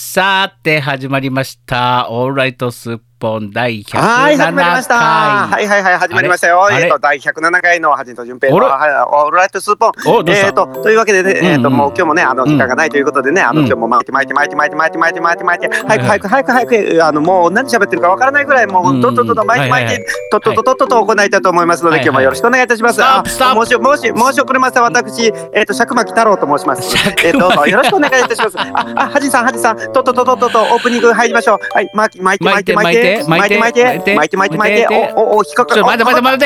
さて始まりましたオールライトスッポン第107回。 はい、始まりました。はい始まりましたよ。第107回のはじんとじゅんぺいのオールライトスッポン。というわけでね、もう今日もね時間がないということでね、今日も巻いて早くもう何喋ってるかわからないぐらいもうとっと巻いてとっと行いたいと思いますので、今日もよろしくお願いいたします。申し遅れました。私釈巻太郎と申します。どうぞよろしくお願いいたします。はじんさんとっとオープニング入りましょう。はい、巻いてお、引っかかる。 待て、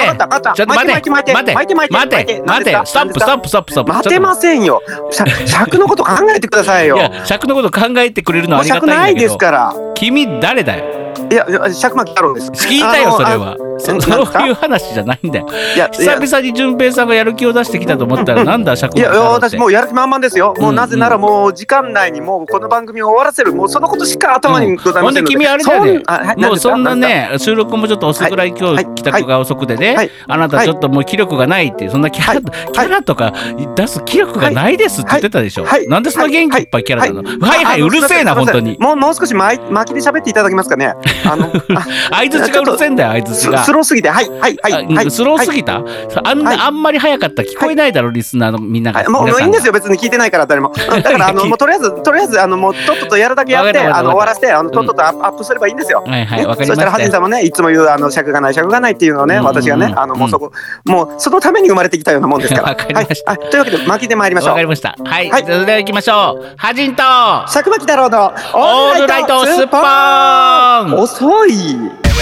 ストップ。 待てませんよ。尺のこと考えてくださいよ。 いや、尺のこと考えてくれるのはありがたいんだけど。 尺ないですから。 君誰だよ。 いや、釈巻太郎です。 聞いたよ、それは。そういう話じゃないんだよ。久々に順平さんがやる気を出してきたと思ったら、なんだ釈巻太郎って。いや、 私もうやる気満々ですよ。もうなぜならもう時間内にもうこの番組を終わらせる、もうそのことしか頭にございませんので。 君あれだよね。もうそんなね、収録もちょっと遅くらい、今日帰宅が遅くでね、あなたちょっともう気力がないっていう、そんなキャラとか出す気力がないですって言ってたでしょ。なんでそんな元気いっぱいキャラなの。はい、うるせえな本当に。 もう少し巻きで喋っていただけますかね。 相槌がうるせえんだよ、相槌が。 スローすぎて、はい。 スローすぎた？あんまり早かったら聞こえないだろ、リスナーのみんなが。 もういいんですよ、別に聞いてないから誰も。だからもうとりあえずもうとっとやるだけやって終わらせてとっとアップすればいいんですよ。 はい、わかりました。 そしたらはじんさんもね、いつも言う尺がないっていうのをね、私がねもうそのために生まれてきたようなもんですから。 わかりました。 というわけで巻きで参りましょう。 わかりました。はい、それでは行きましょう。はじんと釈巻太郎のオールライトスッポーン。 遅い。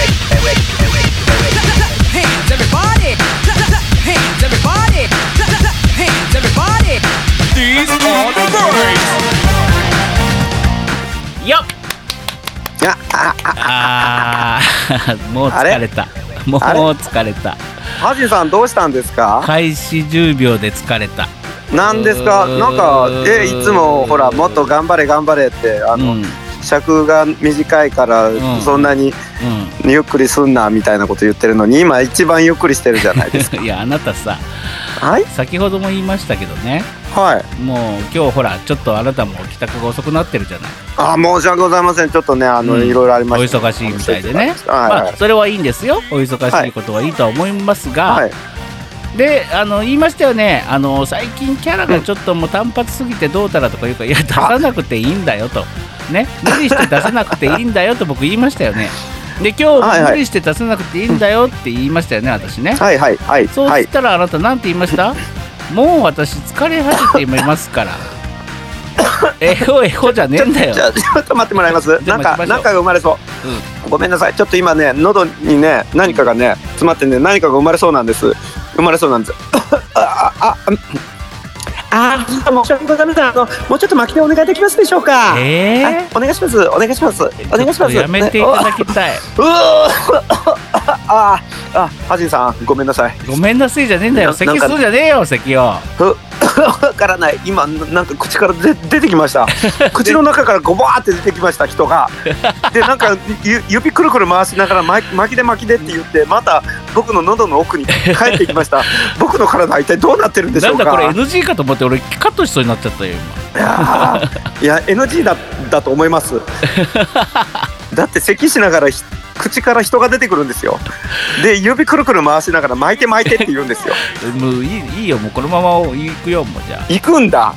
よっ。もう疲れた。はじんさんどうしたんですか？ 開始10秒で疲れた。 なんですか？なんかいつもほらもっと頑張れって尺が短いからそんなにゆっくりすんなみたいなこと言ってるのに、今一番ゆっくりしてるじゃないですか。 いや、あなたさ、先ほども言いましたけどね、もう今日ほらちょっとあなたも帰宅が遅くなってるじゃない。 申し訳ございません。ちょっとねいろいろありました。 お忙しいみたいでね。それはいいんですよ。お忙しいことはいいとは思いますが、で言いましたよね。最近キャラがちょっともう単発すぎてどうたらとか言うから、いや出さなくていいんだよとね、無理して出さなくていいんだよと僕言いましたよね。で今日無理して出さなくていいんだよって言いましたよね、私ね。そうしたらあなたなんて言いました？もう私疲れ果てていますから。エホじゃねえんだよ。 ちょっと待ってもらいます。なんかが生まれそう。ごめんなさい。ちょっと今ね喉にね何かがね詰まってね、何かが生まれそうなんです。もう申し訳ございません。もうちょっと巻きでお願いできますでしょうか？お願いします。 やめていただきたい。 はじんさんごめんなさい。 ごめんなさいじゃねえんだよ。咳するんじゃねえよ、咳を。 わからない。今なんか口から出てきました。口の中からゴバーって出てきました、人が。でなんか指くるくる回しながら巻きでって言って、また僕の喉の奥に帰ってきました。僕の体は一体どうなってるんでしょうか？ なんだこれ NG かと思って俺カットしそうになっちゃったよ今。いや NG だと思います。だって咳しながら口から人が出てくるんですよ。で指くるくる回しながら巻いてって言うんですよ。 もういいよ、もうこのまま行くよ。もうじゃあ行くんだ。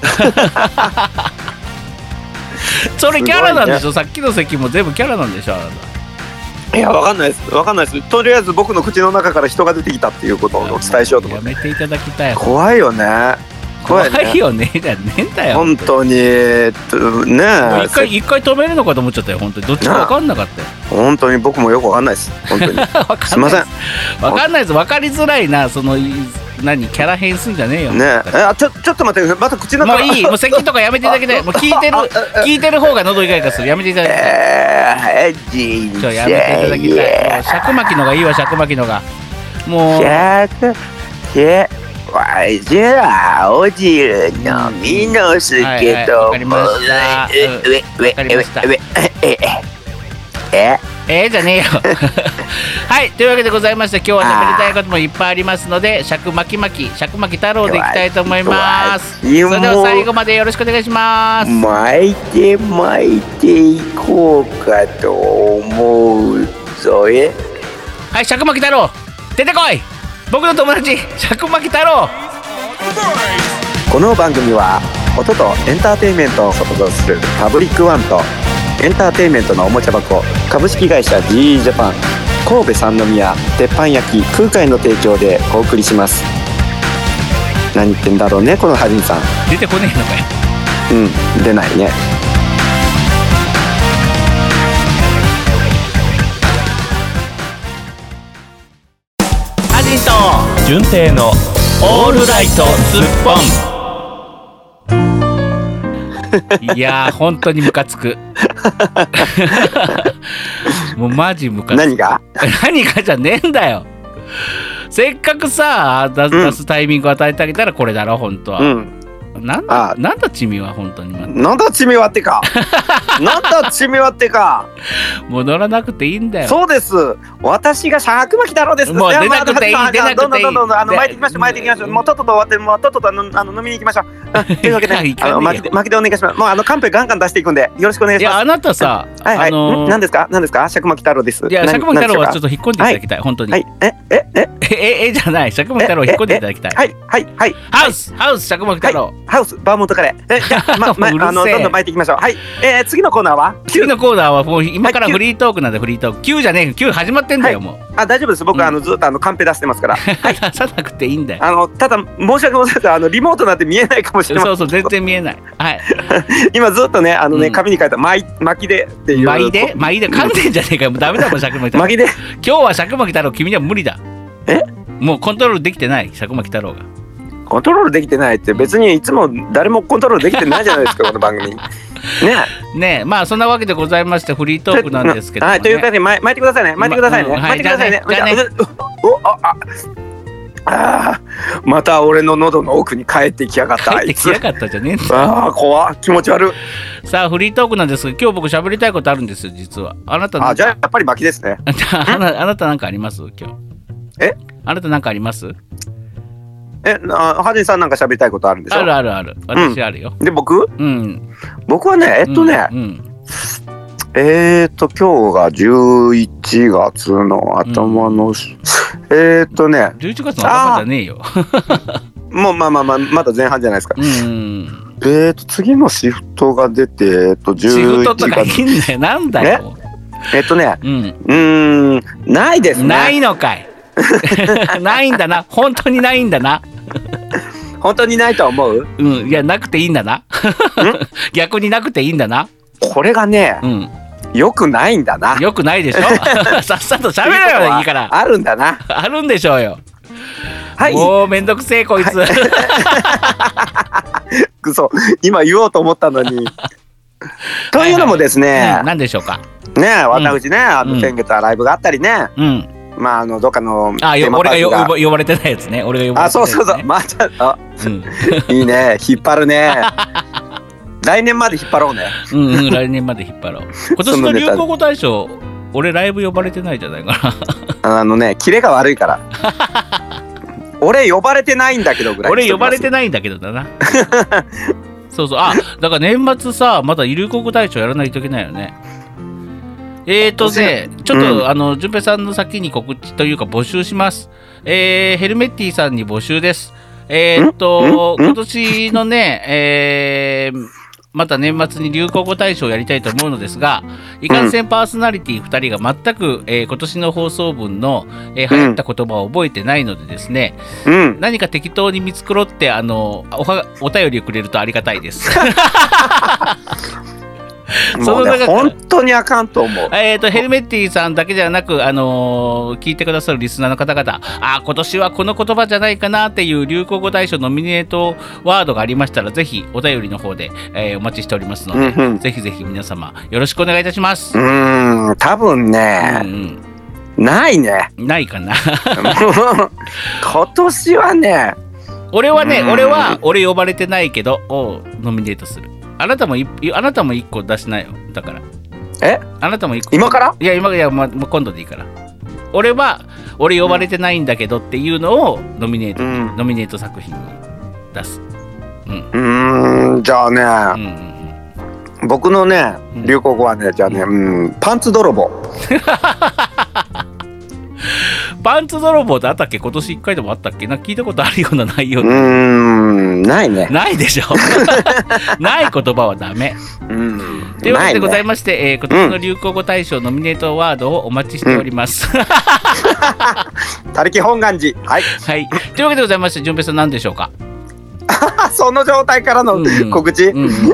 それキャラなんでしょ、さっきの咳も全部キャラなんでしょ、あなた。 いやわかんないです。とりあえず僕の口の中から人が出てきたっていうことをお伝えしようと思って。 やめていただきたい。 怖いよね。 怖いよねじゃねえんだよ本当に。 一回止めるのかと思っちゃったよ本当に。どっちか分かんなかったよ本当に。僕もよく分かんないです本当に。すいません、 分かんないです。分かりづらいな。そのキャラ変すんじゃねえよね。ちょっと待って、また口の中。 もういい、もう咳とかやめていただきたい。もう聞いてる方が喉イガイガする。やめていただきたい。やめていただきたい。尺巻きのがいいわ、尺巻きのが。もうわしら落ちるのみのすけども、 じゃねえよはい、というわけでございまして、今日は喋りたいこともいっぱいありますので、尺巻き太郎でいきたいと思います。それでは最後までよろしくお願いします。 巻いていこうかと思うぞ。 はい、尺巻き太郎出てこい。僕の友達尺巻き太郎。 この番組は音とエンターテインメントを創造するパブリックワンとエンターテインメントのおもちゃ箱株式会社 GE ジャパン神戸三宮鉄板焼き空海の提供でお送りします。何言ってんだろうねこのハジンさん。 出てこねえのかよ。 出ないね。 ハジンと純正のオールライトスッポン。いやー本当にムカつくもうマジムカつく。何がじゃねえんだよ。せっかくさ出すタイミングを与えてあげたらこれだろ本当は。なんだチミは本当に。 なんだチミはってかもう乗らなくていいんだよ。 そうです。私が尺巻き太郎です。 もう出なくていい。 どんどん巻いていきましょう。もうとっとと終わって、もうとっとと飲みに行きましょう。というわけで巻きでお願いします。もうカンペガンガン出していくんでよろしくお願いします。 いやあなたさ、 何ですか尺巻き太郎です。 いや尺巻き太郎はちょっと引っ込んでいただきたい本当に。じゃない尺巻き太郎引っ込んでいただきたい。はいハウス尺巻き太郎。 ハウスバーモントカレー。じゃあどんどん巻いていきましょう。はい。次のコーナーはもう今からフリートークなんでフリートーク。Q じゃねえよ。Q 始まってんだよもう。 大丈夫です。僕ずっとカンペ出してますから。 出さなくていいんだよ。ただ申し訳ございません。リモートなんて見えないかもしれません。 そう全然見えない。はい。 今ずっとね紙に書いた巻きでっていう。 巻いで噛んでんじゃねえかよ。もうダメだもん尺巻き太郎。 巻きで。 今日は尺巻き太郎君には無理だ。もうコントロールできてない尺巻き太郎が。 コントロールできてないって別にいつも誰もコントロールできてないじゃないですかこの番組ね。まあそんなわけでございましてフリートークなんですけどもね。 というわけで巻いてくださいね。巻いてくださいね。また俺の喉の奥に帰ってきやがった。 帰ってきやがったじゃねえんだよ。 怖っ気持ち悪い。 さあフリートークなんですが今日僕喋りたいことあるんですよ実は。あなたじゃあやっぱり巻きですね。 あなたなんかあります今日。あなたなんかあります？ ハジンさんなんか喋りたいことあるんでしょ？ ある私あるよ。 で僕はね今日が11月の頭の 11月の頭じゃねえよもうまだ前半じゃないですか。次のシフトが出てシフトとかいいんだよ。なんだよないですね。 ないのかいないんだな。本当にないんだな。 本当にないと思う？ いやなくていいんだな逆になくていいんだな。 これがねよくないんだな。 よくないでしょさっさと喋れよいいから。 あるんだな。 あるんでしょうよ。もうめんどくせえこいつくそ今言おうと思ったのにというのもですね何でしょうかね。私ね先月はライブがあったりね。どっかの俺が呼ばれてないやつね。俺が呼ばれてないやつね。 そうまたいいね引っ張るね来年まで引っ張ろうね。 来年まで引っ張ろう。今年の流行語大賞俺ライブ呼ばれてないじゃないかな。キレが悪いから俺呼ばれてないんだけどぐらい。 俺呼ばれてないんだけどだなそうだから年末さまだ流行語大賞やらないといけないよね。ちょっと順平さんの先に告知というか募集します。ヘルメッティさんに募集です。今年のね、また年末に流行語大賞をやりたいと思うのですが、いかんせんパーソナリティ2人が全く、今年の放送分の、流行った言葉を覚えてないのでですね、何か適当に見繕ってお便りをくれるとありがたいですもうね本当にあかんと思う。 ヘルメッティさんだけじゃなく、聞いてくださるリスナーの方々、今年はこの言葉じゃないかなっていう流行語大賞ノミネートワードがありましたらぜひお便りの方で、お待ちしておりますので、ぜひぜひ皆様よろしくお願いいたします。 多分ね、ないね。 ないかな今年はね俺呼ばれてないけどをノミネートする。あなたも1個出しなよ。だからあなたも行く？ 今から？ いや、もう今度でいいから。俺呼ばれてないんだけどっていうのをノミネート作品に出す。 じゃあね、僕のね流行語はね、じゃあね、パンツ泥棒。 パンツ泥棒ってあったっけ？今年1回でもあったっけ？なんか聞いたことあるようなないような。 ないね。 ないでしょ。ない言葉はダメ。というわけでございまして、今年の流行語大賞ノミネートワードをお待ちしております。 他力本願寺。はい。 はい。というわけでございまして、順平さん何でしょうか？ その状態からの告知。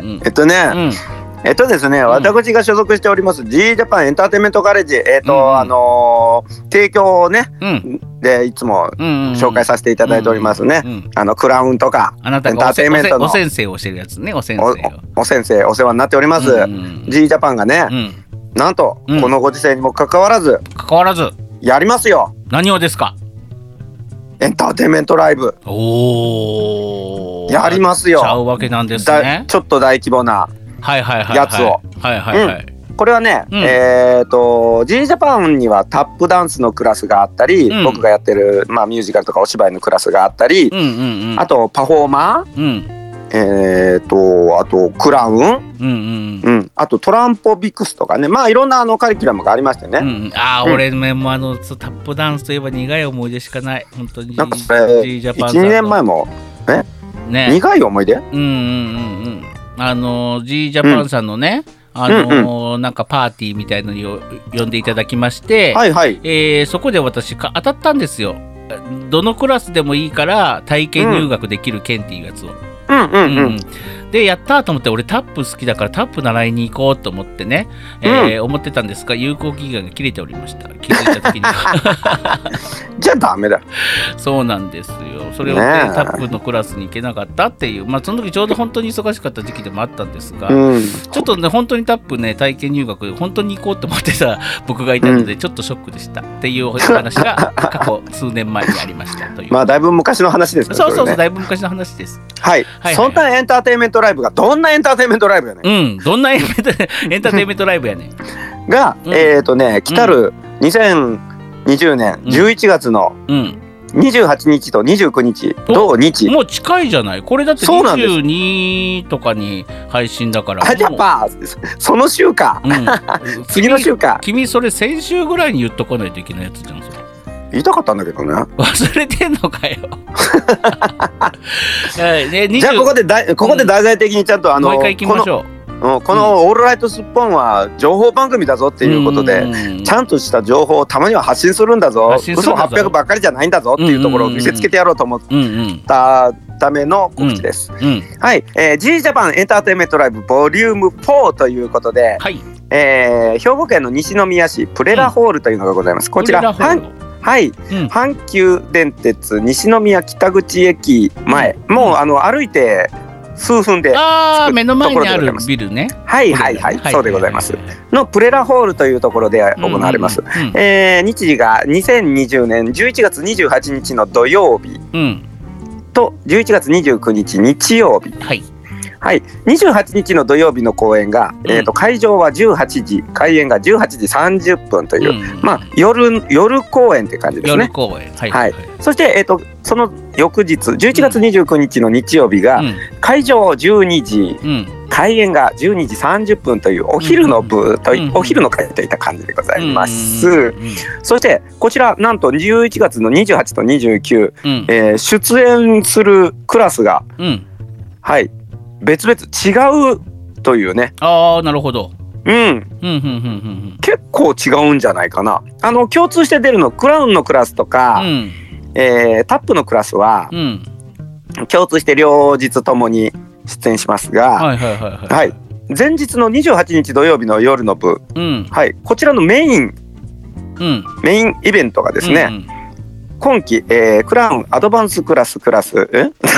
ですね、私が所属しております G ジャパンエンターテインメントガレージ、提供をね、でいつも紹介させていただいておりますね。クラウンとかエンターテインメントのお先生をしてるやつね。お先生お世話になっております。G ジャパンがね、なんとこのご時世にもかかわらずやりますよ。 何をですか？ エンターテインメントライブ。やりますよ。 ちゃうわけなんですね。 ちょっと大規模なやつを。これはね、G ジャパンにはタップダンスのクラスがあったり、僕がやってるミュージカルとかお芝居のクラスがあったり、あとパフォーマー、あとクラウン、あとトランポビクスとかね、いろんなカリキュラムがありましてね。 俺もタップダンスといえば苦い思い出しかない。本当に。 なんかそれ1、2年前も苦い思い出。 G ジャパンさんのね、なんかパーティーみたいのに呼んでいただきまして、そこで私当たったんですよ。どのクラスでもいいから体験入学できる券っていうやつを。でやったと思って、俺タップ好きだからタップ習いに行こうと思ってね、思ってたんですが、有効期限が切れておりました。気づいた時にじゃあダメだ。 そうなんですよ。それをね、タップのクラスに行けなかったっていう、その時ちょうど本当に忙しかった時期でもあったんですが、ちょっとね本当にタップね体験入学本当に行こうと思ってた僕がいたので、ちょっとショックでしたっていうお話が過去数年前にありましたという。 だいぶ昔の話ですね。 そうだいぶ昔の話です。 そんなエンターテインメントライブがどんなエンターテインメントライブやねん。 どんなエンターテインメントライブやねんが、来たる2020年11月の28日と29日同日。 もう近いじゃない。これだって22とかに配信だから。 やっぱその週か。次の週か。 君それ先週ぐらいに言っとかないといけないやつじゃん。それ言いたかったんだけどね。 忘れてんのかよ。 じゃあここで大々的にちゃんともう一回行きましょう。 この「オールライトスッポン」は情報番組だぞっていうことで、ちゃんとした情報をたまには発信するんだぞ、嘘800ばっかりじゃないんだぞっていうところを見せつけてやろうと思ったための告知です。はい、G ジャパンエンターテインメントライブボリューム4ということで、兵庫県の西宮市プレラホールというのがございます。こちら阪急電鉄西宮北口駅前、もう歩いて数分で目の前にあるビルね。 そうでございますのプレラホールというところで行われます。日時が2020年11月28日の土曜日と11月29日日曜日。28日の土曜日の公演が、会場は18時、開演が18時30分という、夜公演って感じですね。 夜公演。 そして、その翌日11月29日の日曜日が、会場12時、開演が12時30分というお昼の部と、お昼の会といった感じでございます。そしてこちらなんと11月の28と29、出演するクラスが、別々違うというね。 なるほど。 結構違うんじゃないかな。共通して出るのクラウンのクラスとか、タップのクラスは、共通して両日ともに出演しますが、前日の28日土曜日の夜の部、こちらのメインイベントがですね、今期、クラウンアドバンスクラスクラス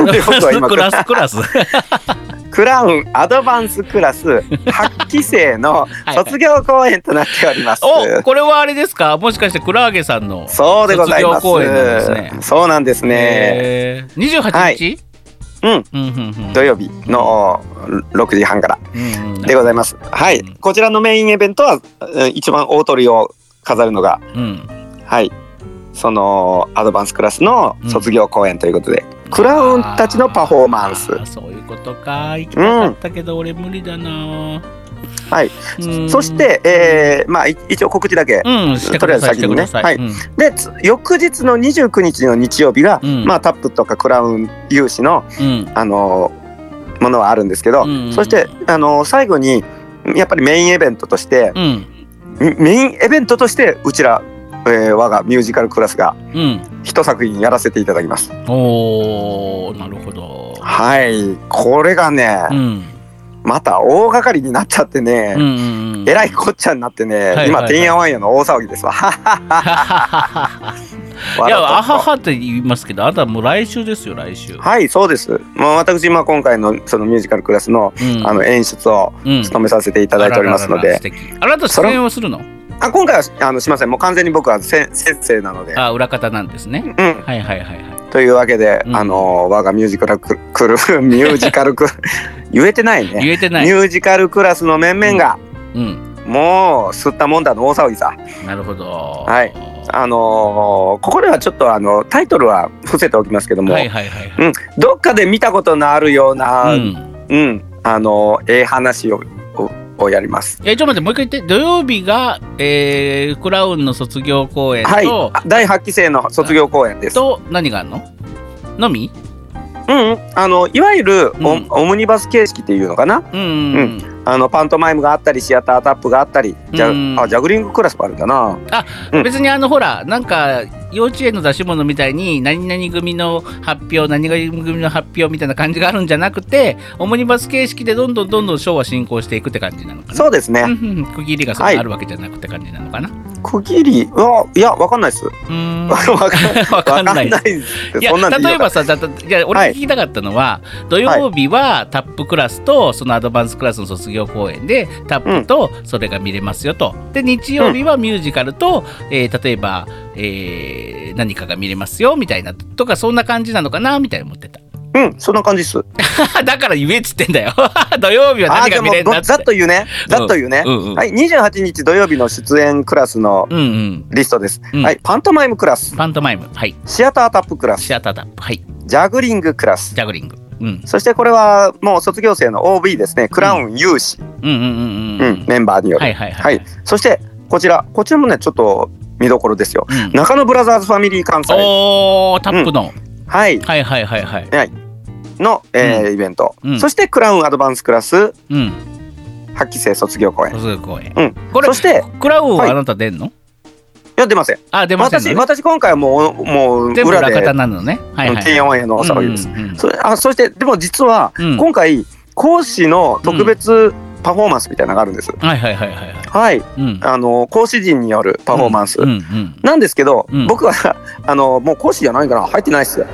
クラウンアドバンスクラス8期生の卒業公演となっております。 これはあれですか、もしかしてクラーゲさんのそうでございます。 卒業公演なんですね。 そうなんですね。 28日、 土曜日の6時半からでございます。はい、こちらのメインイベントは一番大トリを飾るのが、はい、そのアドバンスクラスの卒業公演ということで、クラウンたちのパフォーマンス。 そういうことか。行きたかったけど俺無理だな。 はい、そして、まあ一応告知だけ、とりあえず先にね、はい、で翌日の29日の日曜日が、まあタップとかクラウン有志の、ものはあるんですけど、そして最後にやっぱりメインイベントとして、うちら、我がミュージカルクラスが一作品やらせていただきます。 おー、なるほど。 はい、これがね、また大掛かりになっちゃってね、えらいこっちゃになってね、今てんやわんやの大騒ぎですわ。 いや、あははって言いますけど、あなたもう来週ですよ、来週。 はい、そうです。私今今回のそのミュージカルクラスの、演出を務めさせていただいておりますので。 あなた出演をするの？ 今回はしません。もう完全に僕は先生なので。 裏方なんですね。はいはいはいはい。 というわけで、我がミュージカル言えてないね。 言えてない。 ミュージカルクラスの面々が、もう吸ったもんだの大騒ぎさ。 なるほど。 はい。ここではちょっとタイトルは伏せておきますけども、どっかで見たことのあるような、話をやります。 ちょっと待って、もう一回言って。土曜日が、クラウンの卒業公演と、 はい、第8期生の卒業公演です。 と何があるの？のみ？ いわゆるオムニバス形式っていうのかな。パントマイムがあったり、シアタータップがあったり、ジャグリングクラスもあるんだな。 別にほら、なんか幼稚園の出し物みたいに何々組の発表、何々組の発表みたいな感じがあるんじゃなくて、オムニバス形式でどんどんショーは進行していくって感じなのかな。 そうですね。 区切りがあるわけじゃなくて感じなのかな。 区切りはいや、わかんないです。 わかんないです。いや、例えばさ、俺聞きたかったのは、土曜日はタップクラスとそのアドバンスクラスの卒業公演でタップとそれが見れますよと。で、日曜日はミュージカルと、例えば、何かが見れますよみたいなとか、そんな感じなのかなみたいに思ってた。 そんな感じです。 だから言えっつってんだよ。土曜日は何が見れるんだって。 ざっと言うね。はい、28日土曜日の出演クラスのリストです。はい、パントマイムクラス。 パントマイム。はい。 シアタータップクラス。 シアタータップ。はい。 ジャグリングクラス。 ジャグリング。 そしてこれはもう卒業生の OB ですね。クラウン有志。メンバーによる。はい。そしてこちらもね、ちょっと見どころですよ。中野ブラザーズファミリー関西。 タップの。 はい。のイベント。そしてクラウンアドバンスクラス8期生卒業公演。 これそしてクラウンはあなた出んの？ いや、出ません。 出ません。 私今回はもう全部裏方なのね。 てんやわんやのお騒ぎです。そしてでも実は今回講師の特別パフォーマンスみたいなのがあるんです。はい。講師陣によるパフォーマンスなんですけど、僕はもう講師じゃないから入ってないっすよ。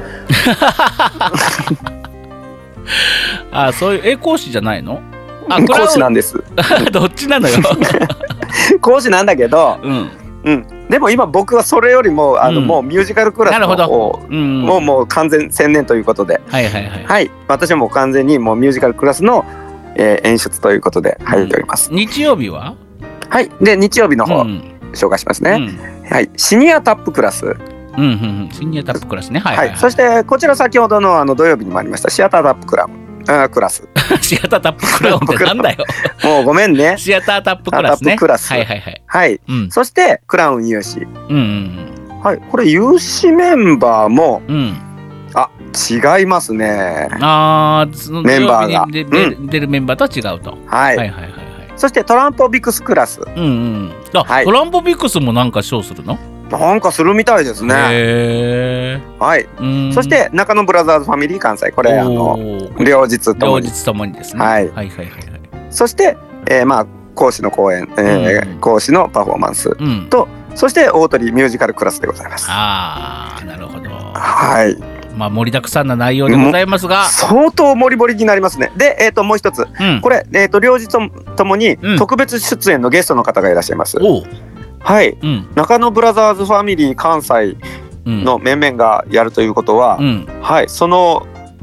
そういう講師じゃないの？ 講師なんです。 どっちなのよ。 講師なんだけど、でも今僕はそれよりももうミュージカルクラスをもう完全専念ということで、私はもう完全にもうミュージカルクラスの演出ということで入っております。 日曜日は？ はい。で、日曜日の方紹介しますね。はい。シニアタップクラス。 シニアタップクラスね。 はい。そしてこちら先ほどの土曜日にもありましたシアタータップクラス。 シアタータップクラスってなんだよ。 もうごめんね。 シアタータップクラスね。 はい。そしてクラウン有志。はい。これ有志メンバーも違いますね。 メンバーが出るメンバーとは違うと。 はい。そしてトランポビクスクラス。トランポビクスもなんかショーするの？ なんかするみたいですね。はい。そして中野ブラザーズファミリー関西、これ両日ともにですね。 はい。そして講師の講演、講師のパフォーマンスと、そして大鳥ミュージカルクラスでございます。 なるほど。 はい。 盛りだくさんな内容でございますが、 相当盛り盛りになりますね。で、もう一つ、これ両日ともに特別出演のゲストの方がいらっしゃいます。はい、中野ブラザーズファミリー関西の面々がやるということは、はい、その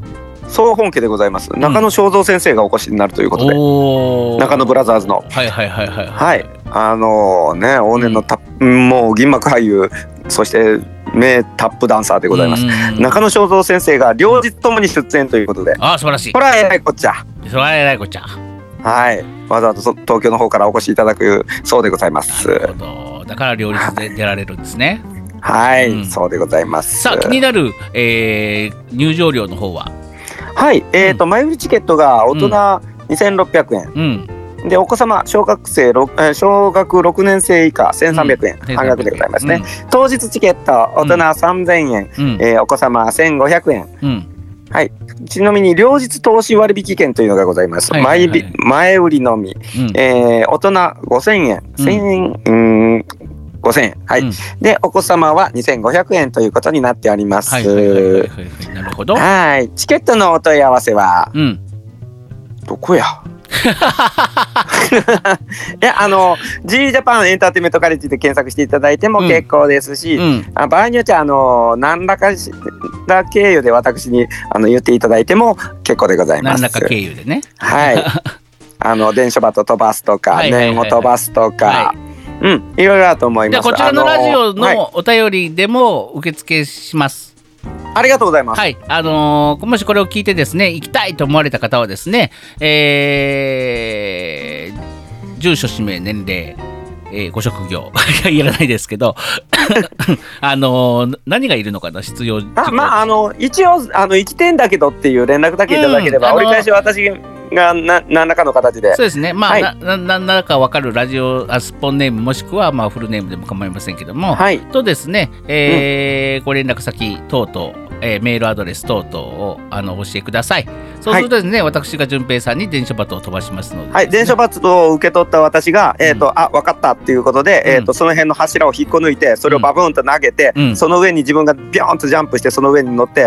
総本家でございます。中野正蔵先生がお越しになるということで、中野ブラザーズのはい往年のもう銀幕俳優、そして名タップダンサーでございます。中野正蔵先生が両日ともに出演ということで、 素晴らしい。 これはえらいこっちゃ。はい、わざわざ東京の方からお越しいただくそうでございます。 なるほど。だから両日で出られるんですね。 はい、そうでございます。 さあ、気になる、入場料の方は、 はい、前売りチケットが大人2600円、でお子様小学6年生以下1300円、半額でございますね。当日チケット大人3000円、お子様1500円、はい、ちなみに両日投資割引券というのがございます。前売りのみ、大人5000円、1000円、5000円、はい、でお子様は2500円ということになっております。なるほど。 はい、チケットのお問い合わせは、どこやいやG ジャパンエンターテインメントカレッジで検索していただいても結構ですし、場合によっては何らか経由で私に言っていただいても結構でございます。 何らか経由でね。 はい。電書バト飛ばすとか念を飛ばすとか、いろいろあると思います。 こちらのラジオのお便りでも受付します。 ありがとうございます。 はい、もしこれを聞いてですね、行きたいと思われた方はですね、住所、氏名、年齢、ご職業いらないですけど何がいるのかな、必要。 一応行きてんだけどっていう連絡だけいただければ、折り返し私が何らかの形で。 そうですね。何らか分かるラジオスポンネームもしくはフルネームでも構いませんけども、とですね、ご連絡先等々、メールアドレス等々をお教えください。そうするとですね、私が順平さんに電書バトを飛ばしますので、 はい、電書バトを受け取った私が分かったっていうことで、その辺の柱を引っこ抜いて、それをバブーンと投げて、その上に自分がビョーンとジャンプして、その上に乗って、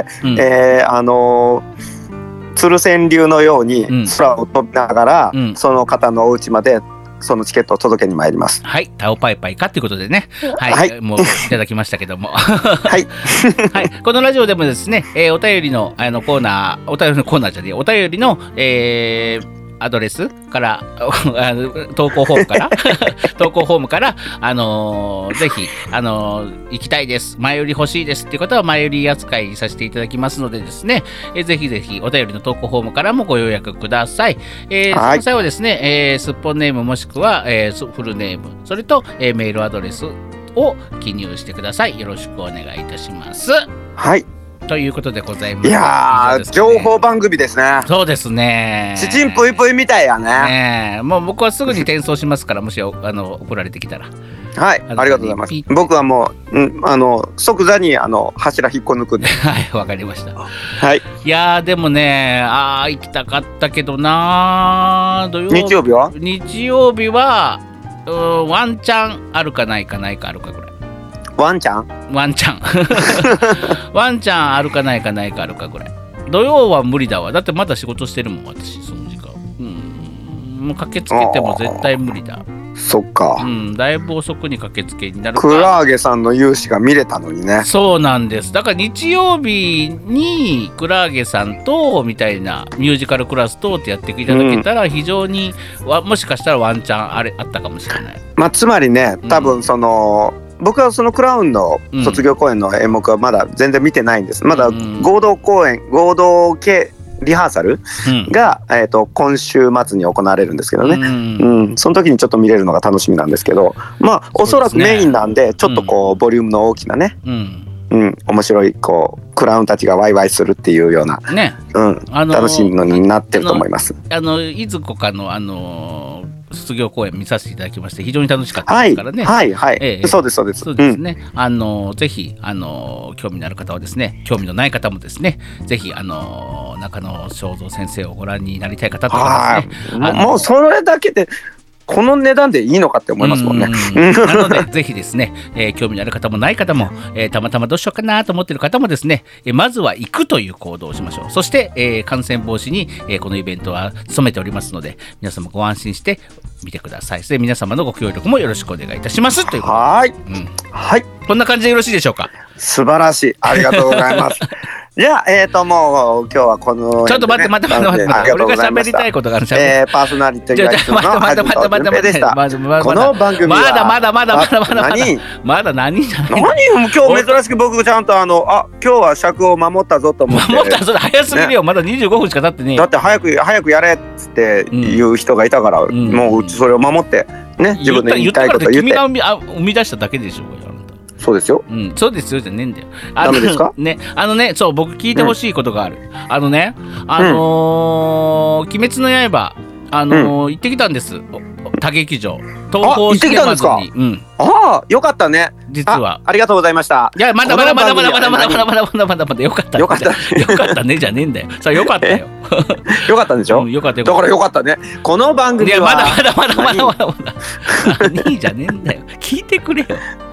鶴川流のように空を飛びながら、その方のお家までそのチケットを届けに参ります。 はい、タオパイパイかということでね、はい、もういただきましたけどもはい、はい、このラジオでもですね、お便りのコーナー、お便りのコーナーじゃねえ、お便りのアドレスから投稿フォームから投稿フォームからぜひ行きたいです、前売り欲しいですっていう方は前売り扱いさせていただきますのでですね、ぜひぜひお便りの投稿フォームからもご予約ください。その際はですね、すっぽんネームもしくは、フルネーム、それと、メールアドレスを記入してください。よろしくお願いいたします。 はい、 ということでございます。 いやー、情報番組ですね。 そうですね。 ちちんぷいぷいみたいやね。 もう僕はすぐに転送しますから、もし送られてきたら。 はい、ありがとうございます。僕はもう、即座に柱引っこ抜くんで。 はい、わかりました。 はい。 いやー、でもね、行きたかったけどな。 日曜日は？ 日曜日はワンチャンあるかないかないかあるかぐらい。 ワンチャンワンチャンワンチャンあるかないかないかあるかぐらい。土曜は無理だわ。だってまだ仕事してるもん、私その時間。もう駆けつけても絶対無理だ。 そっか。 だいぶ遅くに駆けつけになるか。 クラーゲさんの勇姿が見れたのにね。 そうなんです。だから日曜日にクラーゲさんとみたいなミュージカルクラスとってやっていただけたら、非常にもしかしたらワンチャンあったかもしれない。 つまりね、多分僕はそのクラウンの卒業公演の演目はまだ全然見てないんです。まだ合同系リハーサルが、今週末に行われるんですけどね、その時にちょっと見れるのが楽しみなんですけど、おそらくメインなんでちょっとボリュームの大きなね、面白いクラウンたちがワイワイするっていうような、楽しいのになってると思います。 いずこかの卒業公演見させていただきまして、非常に楽しかったですからね。そうですそうです。そうですね。ぜひ興味のある方はですね、興味のない方もですね、ぜひ中野正蔵先生をご覧になりたい方とかですね、 もうそれだけでこの値段でいいのかって思いますもんね。 なのでぜひですね、興味のある方もない方も、たまたまどうしようかなと思っている方もですね、まずは行くという行動をしましょう。そして、感染防止に、このイベントは努めておりますので、皆様ご安心して見てください。それで皆様のご協力もよろしくお願いいたしますということで、はい、こんな感じでよろしいでしょうか。 素晴らしい、ありがとうございます。いじゃあもう今日はこの、 ちょっと待って俺が喋りたいことがある。 パーソナリティが必要の待ってでした。この番組はまだ何じゃない。 今日珍しく僕ちゃんと今日は尺を守ったぞと思って。 守ったぞ。早すぎるよ。まだ25分しか経ってねえ。 だって早くやれっつって言う人がいたから、もうそれを守ってね、自分で言いたいこと言って。 君が生み出しただけでしょ。 そうですよ。 そうですよじゃねえんだよ。 ダメですか？ ね、そう僕聞いてほしいことがある。鬼滅の刃行ってきたんです。他劇場。東宝シネマズに。 よかったね。 実は。 ありがとうございました。 いやまだよかった。よかったねじゃねえんだよ。さあよかったよ。 よかったんでしょ。 よかった。 だからよかったね。この番組は。いやまだ。何じゃねえんだよ。聞いてくれよ。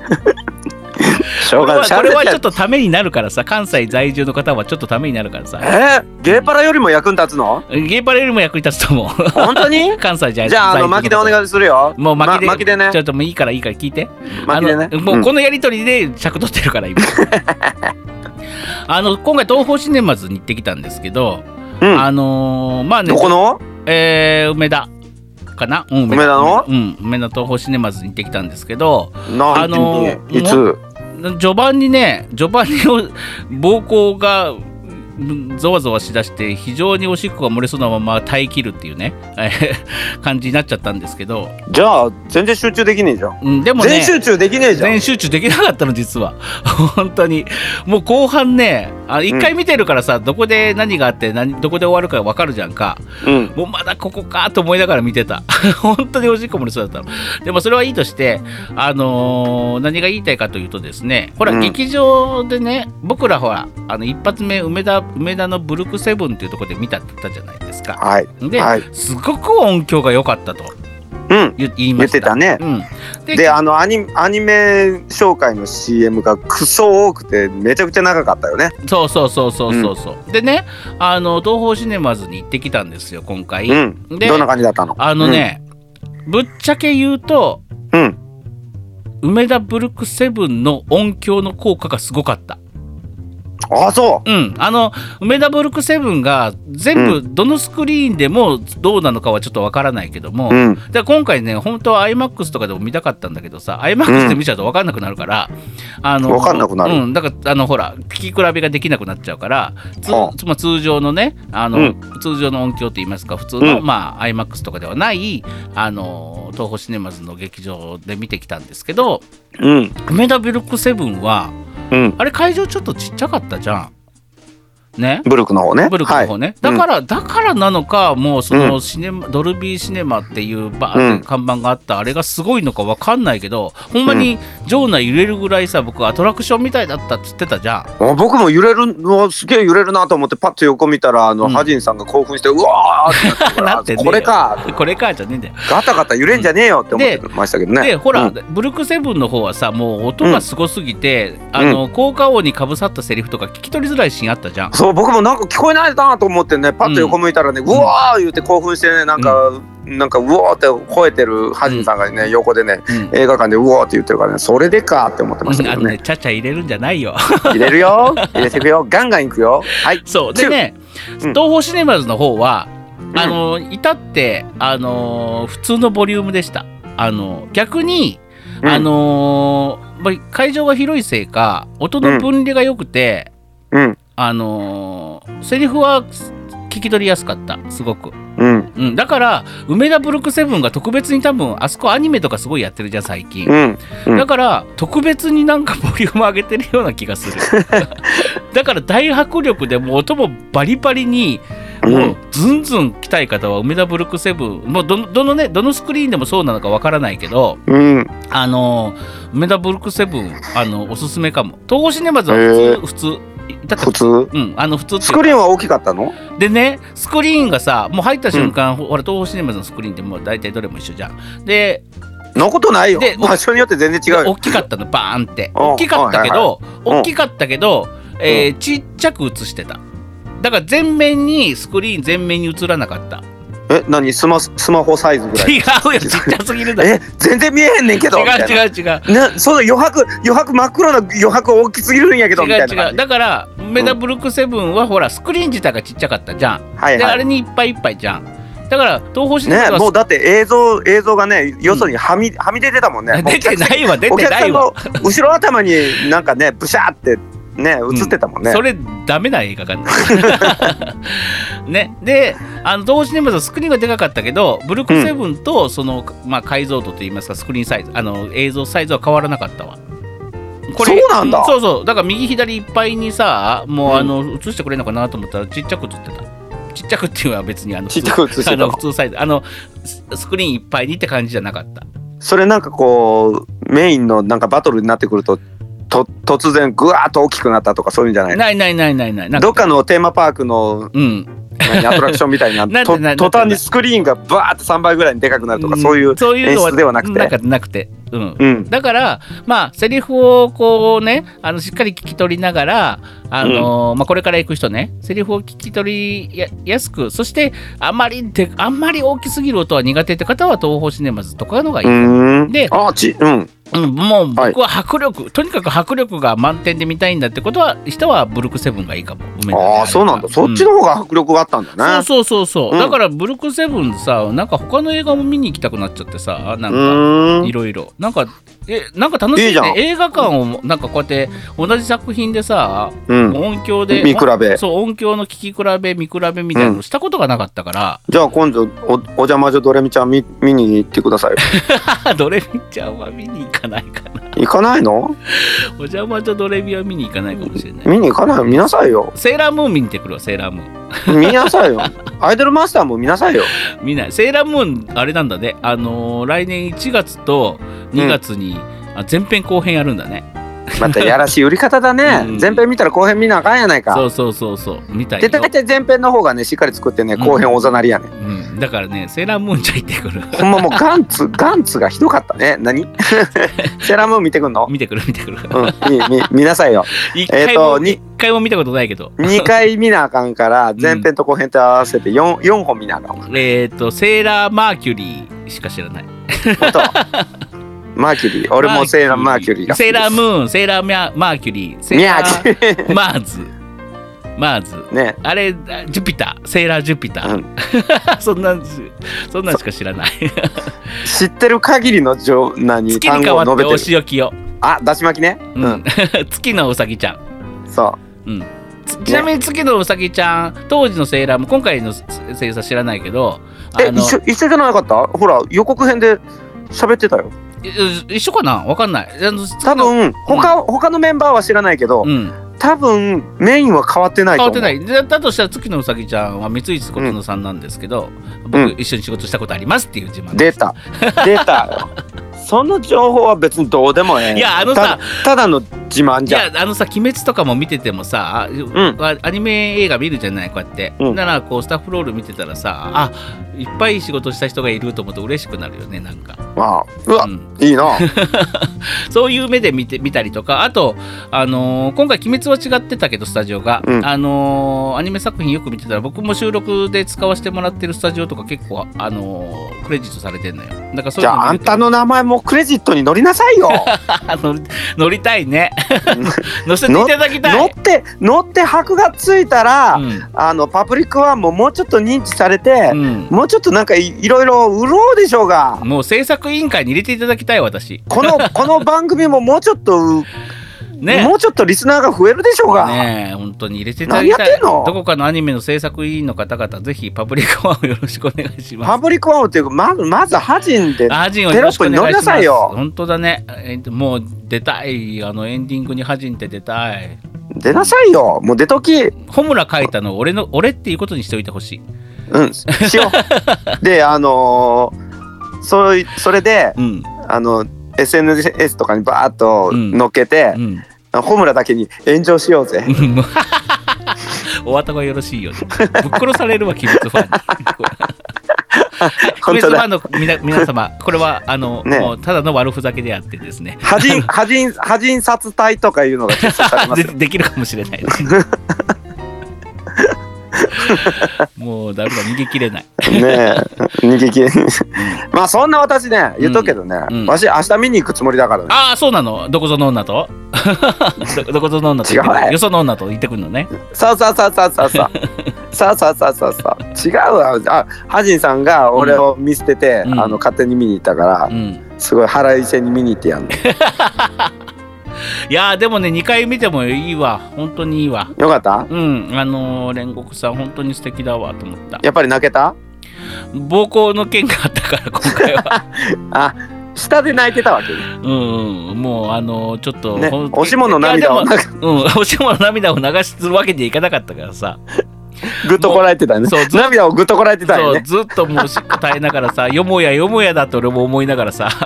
これはちょっとためになるからさ、関西在住の方はちょっとためになるからさ。 ゲーパラよりも役に立つの？ ゲーパラよりも役に立つと思う。 本当に？ 関西じゃあ巻きでお願いするよ。 もう巻きでね。ちょっともういいから聞いて。 巻きでね。 もうこのやりとりで尺取ってるから今。今回東宝シネマズに行ってきたんですけど、まあね。 どこの？ 梅田。かな、 梅田の？ 梅田東宝シネマズに行ってきたんですけど、 いつ？ 序盤に膀胱がゾワゾワしだして非常におしっこが漏れそうなまま耐え切るっていうね感じになっちゃったんですけど、 じゃあ全然集中できねえじゃん。 でもね、 全集中できねえじゃん。 全集中できなかったの実は。本当にもう後半ね、一回見てるからさ、どこで何があってどこで終わるか分かるじゃんか。もうまだここかと思いながら見てた。本当におしっこ漏れそうだったの。でもそれはいいとして、何が言いたいかというとですね、ほら、劇場でね、僕らほら一発目梅田のブルクセブンっていうところで見たって言ったじゃないですか。で、すごく音響が良かったと言いました。 言ってたね。でアニメ紹介の CM がクソ多くてめちゃくちゃ長かったよね。 そう。でね、東宝シネマズに行ってきたんですよ今回。でどんな感じだったの？ ぶっちゃけ言うと、梅田ブルクセブンの音響の効果がすごかった。 そう。 梅田ブルクセブンが全部どのスクリーンでもどうなのかはちょっとわからないけども、で今回ね本当は IMAX とかでも見たかったんだけどさ、 IMAX で見ちゃうと分かんなくなるから、 分かんなくなる。 だからほら聞き比べができなくなっちゃうから、通常のね通常の音響といいますか、普通のIMAX とかではない東宝シネマズの劇場で見てきたんですけど、梅田ブルクセブンはあれ会場ちょっとちっちゃかったじゃんね。 ブルクの方ね。 だからなのか、もうそのドルビーシネマっていう看板があったあれがすごいのか分かんないけど、ほんまに場内揺れるぐらいさ、僕アトラクションみたいだったって言ってたじゃん。 僕も揺れるのすげえ揺れるなと思ってパッと横見たらハジンさんが興奮してうわーってなってこれかじゃねえんだよ。 ガタガタ揺れんじゃねえよって思ってましたけどね。 でほら、ブルクセブンの方はさ、もう音がすごすぎて効果音にかぶさったセリフとか聞き取りづらいシーンあったじゃん。 そう、僕もなんか聞こえないなと思ってね、パッと横向いたらね、うわー言って興奮してね、なんかうわーって吠えてるハジンさんがね、横でね、映画館でうわーって言ってるからね、それでかって思ってましたけどね。 ちゃちゃ入れるんじゃないよ。 入れるよ、入れてくよ、ガンガンいくよ。はい。 そうでね、東宝シネマズの方は至って普通のボリュームでした。逆に会場が広いせいか音の分離が良くて、セリフは聞き取りやすかった、すごく。だから梅田ブルクセブンが特別に多分あそこアニメとかすごいやってるじゃん最近。だから特別になんかボリューム上げてるような気がする。だから大迫力でもう音もバリバリにもうズンズン来たい方は梅田ブルクセブン、もうどのスクリーンでもそうなのかわからないけど、梅田ブルクセブンおすすめかも。東宝シネマズは普通だって普通ってスクリーンは大きかったのでね、スクリーンがさ、もう入った瞬間、ほら東宝シネマズのスクリーンってもう大体どれも一緒じゃん。でのことないよ、場所によって全然違うよ。 大きかったの、バーンって大きかったけどちっちゃく映してた。だから全面にスクリーン全面に映らなかった。 何スマホサイズぐらい。 違うよ、ちっちゃすぎるだろ。 全然見えへんねんけど。 違う。 その余白真っ黒な余白大きすぎるんやけどみたいな。 違う。だからメタブルクセブンはほらスクリーン自体がちっちゃかったじゃん。であれにいっぱいじゃん。だから東宝シネマズはもうだって映像がね、よそにはみ出てたもんね。 出てないわ。 お客さんの後ろ頭になんかねブシャーってね映ってたもんね。 それダメな映画かな。ね、で東宝シネマズはスクリーンがでかかったけど、ブルクセブンとその解像度といいますかスクリーンサイズ映像サイズは変わらなかったわ。これそうなんだ。 そうだから右左いっぱいにさ、もう映してくれるのかなと思ったらちっちゃく映ってた。ちっちゃくっていうのは別にちっちゃく映してた。 普通サイズスクリーンいっぱいにって感じじゃなかった。 それなんかこうメインのなんかバトルになってくると突然ぐわーっと大きくなったとかそういうんじゃないの？ ない。 どっかのテーマパークのアトラクションみたいな途端にスクリーンがバーッと3倍ぐらいにでかくなるとか、そういう演出ではなくて。 だからセリフをこうねしっかり聞き取りながらこれから行く人ね、セリフを聞き取りやすく、そしてあんまり大きすぎる音は苦手って方は東宝シネマズとかのがいい。でもう僕はとにかく迫力が満点で見たいんだって人はブルクセブンがいいかも。 そうなんだ。そっちの方が迫力があったんだね。 そう、だからブルクセブンさ、なんか他の映画も見に行きたくなっちゃってさ、なんかいろいろなんか楽しいね。映画館をなんかこうやって同じ作品でさ、音響で見比べ、 音響の聞き比べ見比べみたいなのしたことがなかったから、 じゃあ今度お邪魔女ドレミちゃん見に行ってくださいよ。 ドレミちゃんは見に行かないかな。 行かないの？ お邪魔女ドレミは見に行かないかもしれない。 見に行かないよ。見なさいよ。 セーラームーン見に行ってくるわ。セーラームーン見なさいよ。アイドルマスターも見なさいよ。 見ない。セーラームーンあれなんだね、来年1月と2月に前編後編やるんだね。 またやらしい売り方だね。前編見たら後編見なあかんやないか。 そう見たいよ。 で大体前編の方がねしっかり作ってね、後編おざなりやね。 だからねセーラームーンじゃ行ってくる。 ほんまもうガンツがひどかったね。何？セーラームーン見てくんの？見てくる。見なさいよ。 一回も見たことないけど。2 回見なあかんから前編と後編と合わせて4本見なあかんわ。 セーラーマーキュリーしか知らない。 マーキュリー、俺もセーラーマーキュリーがセーラームーン、セーラーマーキュリー、セーラーマーズ、ね、あれジュピター、セーラージュピター、そんなんしか知らない。 知ってる限りの単語を述べてる。 月に変わってお仕置きを。 だし巻きね。 月のうさぎちゃん。 そう。 ちなみに月のうさぎちゃん、当時のセーラームーン、今回の声優さん知らないけど、 一緒じゃなかった？ほら予告編で喋ってたよ。 一緒かな、分かんない。 多分他のメンバーは知らないけど、多分メインは変わってないと思う。 変わってない。だとしたら月のうさぎちゃんは三石琴乃さんなんですけど、僕一緒に仕事したことありますっていう自慢です。 出たその情報は別にどうでもええ。 いやただの自慢じゃん。 いや鬼滅とかも見ててもさ、アニメ映画見るじゃない、こうやって。だからこうスタッフロール見てたらさ、いっぱい仕事した人がいると思うと嬉しくなるよね、なんか。いいな。そういう目で見たりとか、あと今回鬼滅は違ってたけどスタジオが、アニメ作品よく見てたら、僕も収録で使わせてもらってるスタジオとか結構クレジットされてんのよ。だからそういうの。じゃああんたの名前もクレジットに載りなさいよ。 乗りたいね。乗せていただきたい。 乗って箔がついたら、パブリックワンももうちょっと認知されて、もうちょっとなんかいろいろ潤うでしょうが。 もう制作委員会に入れていただきたい、私。 この番組ももうちょっともうちょっとリスナーが増えるでしょうが。 ねえ、本当に入れていただきたい。どこかのアニメの制作委員の方々、ぜひパブリックワンをよろしくお願いします。 パブリックワンっていうか、まずハジンでテロップに乗りなさいよ。 本当だね。もう出たい。エンディングにハジンって出たい。 出なさいよ。もう出とき。 ホムラ書いたの俺っていうことにしておいてほしい。 しよう。でそれで、SNS とかにバーッと乗っけて、ホムラだけに炎上しようぜ。 お後がよろしいように。ぶっ殺されるわ、鬼滅ファンに。鬼滅ファンの皆様、これはもうただの悪ふざけであってですね。 ハジン殺隊とかいうのが実装されますよ。 できるかもしれない。 もうダメだ、逃げきれない。 ねえ、逃げきれない。まあそんな私ね、言っとくけどね、私明日見に行くつもりだからね。 ああ、そうなの？どこぞの女とどこぞの女と、よその女と言ってくるのね。 そうそうそうそうそうそう違うわ。ハジンさんが俺を見捨てて、勝手に見に行ったから、すごい腹いせに見に行ってやんの。 いやでもね、2回見てもいいわ。本当にいいわ。 よかった？ 煉獄さん本当に素敵だわと思った。 やっぱり泣けた？ 暴行の件があったから今回は。 あ、下で泣いてたわけ。 もうちょっと、 ね、おしもの涙をおしもの涙を流すわけにはいかなかったからさ。 ぐっとこらえてたね。涙をぐっとこらえてたよね。 そう、ずっともうしっこ耐えながらさ、よもやよもやだって俺も思いながらさ。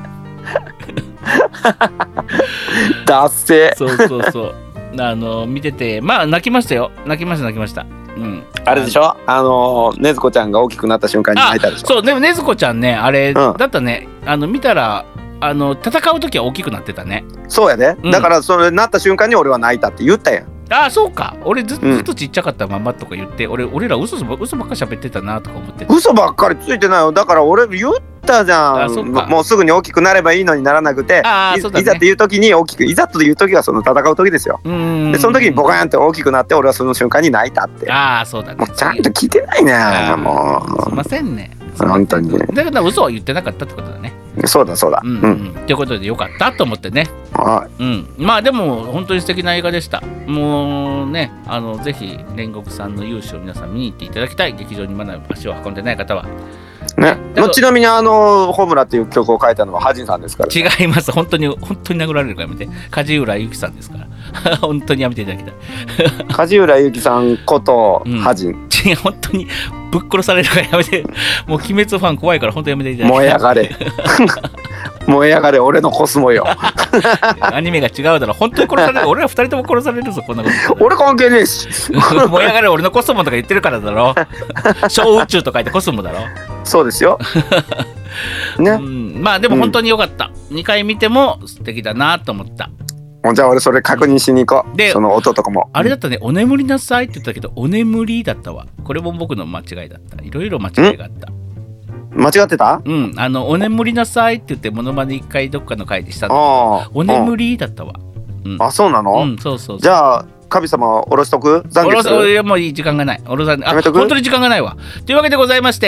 だっせ。 そう見てて、まあ泣きましたよ。泣きました。 あれでしょ、ねずこちゃんが大きくなった瞬間に泣いたでしょ。 そう、でもねずこちゃんね、あれ、だったね、見たら戦う時は大きくなってたね。 そうやで、だからそれなった瞬間に俺は泣いたって言ったやん。 ああ、そうか。俺ずっとちっちゃかったままとか言って、俺ら嘘ばっか喋ってたなとか思ってた。 嘘ばっかりついてないよ。だから俺言ったじゃん。もうすぐに大きくなればいいのにならなくて、いざっていう時に大きく、いざという時はその戦う時ですよ。でその時にボカーンって大きくなって、俺はその瞬間に泣いたって。 ああ、そうだね。 もうちゃんと聞いてないね。もうすいませんね。 本当にね。 だから嘘は言ってなかったってことだね。 そうだ。ということでよかったと思ってね。まあでも本当に素敵な映画でした。もうね、ぜひ煉獄さんの勇姿を皆さん見に行っていただきたい。劇場にまだ足を運んでない方はね。ちなみにホムラっていう曲を書いたのはハジンさんですから、 ね。違います。本当に殴られるからやめて。梶浦由記さんですから本当にやめていただきたい。 梶浦由記さんことハジン、 違う、本当にぶっ殺されるからやめて。もう鬼滅ファン怖いから本当やめていただきたい。 燃え上がれ燃え上がれ俺のコスモよ。 アニメが違うだろ。本当に殺される。俺ら2人とも殺されるぞ、こんなこと。 俺関係ねえし。 燃え上がれ俺のコスモとか言ってるからだろ。小宇宙と書いてコスモだろ。そうですよ。 ね。まあでも本当に良かった。2回見ても素敵だなと思った。 じゃあ俺それ確認しに行こう。で、その音とかも。 あれだったね、お眠りなさいって言ったけど、お眠りだったわ。これも僕の間違いだった。いろいろ間違いがあった。 間違ってた？ お眠りなさいって言ってモノマネ1回どっかの回でしたんだけど、お眠りだったわ。 あ、そうなの？ そう。 じゃあ神様下ろしとく？ 下ろす？いやもういい、時間がない。下ろさない。本当に時間がないわ。というわけでございまして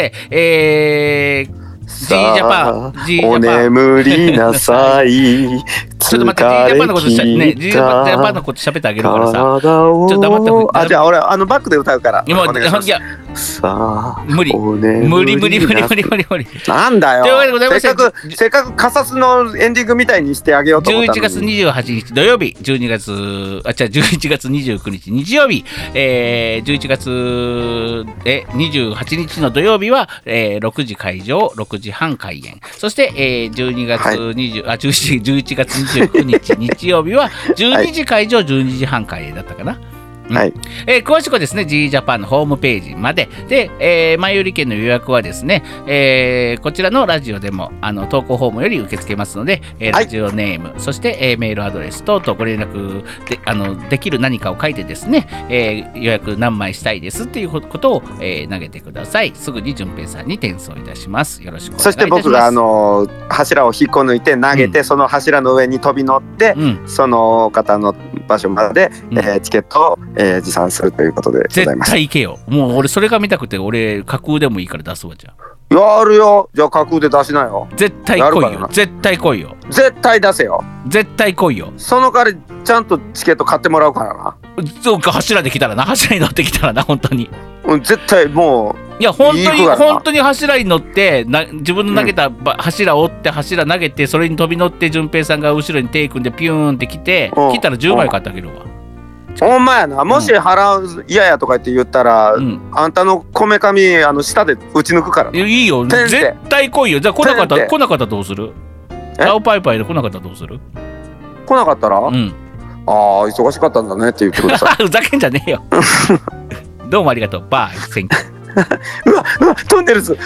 、G ジャパン、 お眠りなさい。 ちょっと待って、G ジャパンのことね、G ジャパンのこと喋ってあげるからさ。ちょっと黙ってほしい。 じゃあ俺バックで歌うから。 いや、さあ、無理。 なんだよ。 というわけでございまして、 せっかくカサスのエンディングみたいにしてあげようと思ったのに。11 月28日土曜日、11月29日日曜日、11月28日の土曜日は6時会場、6時半開演。そして11月29日日曜日は12時会場、12時半開演だったかな。詳しくはですね G ジャパンのホームページまでで、前売り券の予約はですね、こちらのラジオでも投稿フォームより受け付けますので、ラジオネーム、そして、メールアドレス等々ご連絡できる何かを書いてですね、予約何枚したいですっていうことを、投げてください。すぐに順平さんに転送いたします。よろしくお願いいたします。 そして僕が柱を引っこ抜いて投げて、その柱の上に飛び乗って、その方の場所まで、チケットを持参するということでございます。 絶対行けよ。もう俺それが見たくて、俺架空でもいいから出すわ。じゃあやるよ。じゃあ架空で出しなよ。 絶対来いよ。絶対来いよ。 絶対出せよ。 絶対来いよ。 その代わりちゃんとチケット買ってもらうからな。 そうか、柱で来たらな。柱に乗ってきたらな、本当に。 絶対もう。 いや本当に柱に乗って自分の投げた柱を折って柱投げて、それに飛び乗って順平さんが後ろに手組んでピューンって来て、来たら10枚買ってあげるわ。 ほんまやな。もし払う嫌やとかって言ったら、あんたのこめかみ下で打ち抜くからな。 いいよ。絶対来いよ。じゃあ来なかったらどうする？青パイパイで来なかったらどうする？ 来なかったら？ああ忙しかったんだねって言ってください。 ふざけんじゃねえよ。どうもありがとう。バイセンキュー。 うわトンネルズ。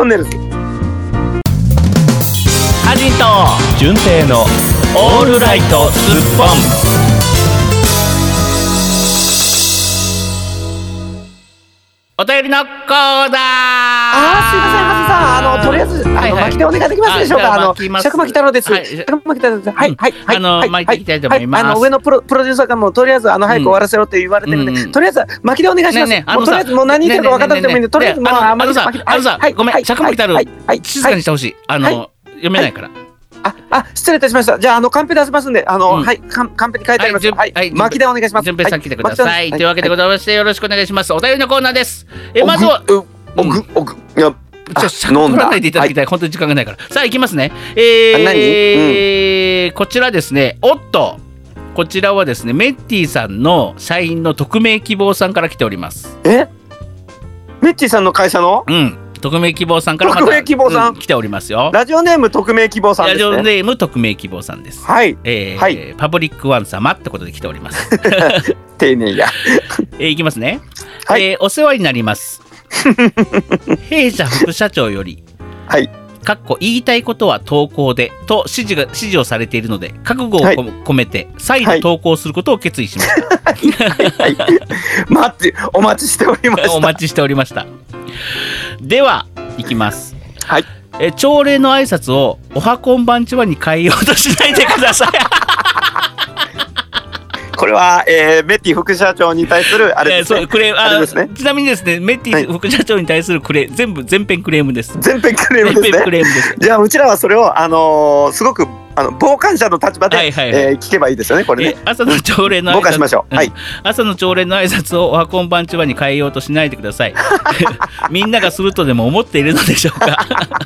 ハジンと順平のオールライトスッポン。 お便りのコーナー。 すいません、はずさん、とりあえず巻きでお願いできますでしょうか。尺巻太郎です。尺巻太郎です。はいはいはい。 巻いていきたいと思います。 上のプロデューサーからもとりあえず早く終わらせろって言われてるんで、とりあえず巻きでお願いします。とりあえずもう何言ってるか分からなくてもいいんで、とりあえずもうごめん、尺巻太郎静かにしてほしい。読めないから。 失礼いたしました。じゃあカンペ出しますんで、はい、カンペに書いてあります。はい、巻きでお願いします。 順平さん来てください。というわけでございまして、よろしくお願いします。お便りのコーナーです。まずは尺取らないでいただきたい。本当に時間がないから。さあ行きますね。こちらですね。こちらはですね、メッティさんの社員の匿名希望さんから来ております。 メッティさんの会社の？ 匿名希望さんからまた来ておりますよ。 ラジオネーム匿名希望さんですね。 ラジオネーム匿名希望さんです。 はい。 パブリックワン様ってことで来ております。 丁寧や。 いきますね。お世話になります。弊社副社長より。 はい。 言いたいことは投稿でと指示をされているので、覚悟を込めて再度投稿することを決意しました。 お待ちしておりました。 お待ちしておりました。では行きます。 はい。 朝礼の挨拶をおはこんばんちはに変えようとしないでください。 これは、メッティ副社長に対するあれですね。 ちなみにですね、メッティ副社長に対する全編クレームです。 全編クレームですね。じゃあうちらはそれをすごく傍観者の立場で聞けばいいですよね、これね。 朝の朝礼の傍観しましょう。はい。 朝の朝礼の挨拶をおはこんばんちはに変えようとしないでください。みんながするとでも思っているのでしょうか。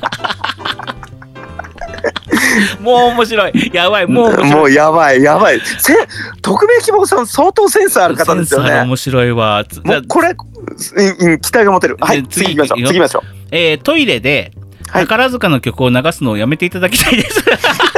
もう面白い。やばい。もうやばい。匿名希望さん相当センスある方ですよね。 面白いわ。 もうこれ期待が持てる。はい。次行きましょう。 トイレで宝塚の曲を流すのをやめていただきたいです。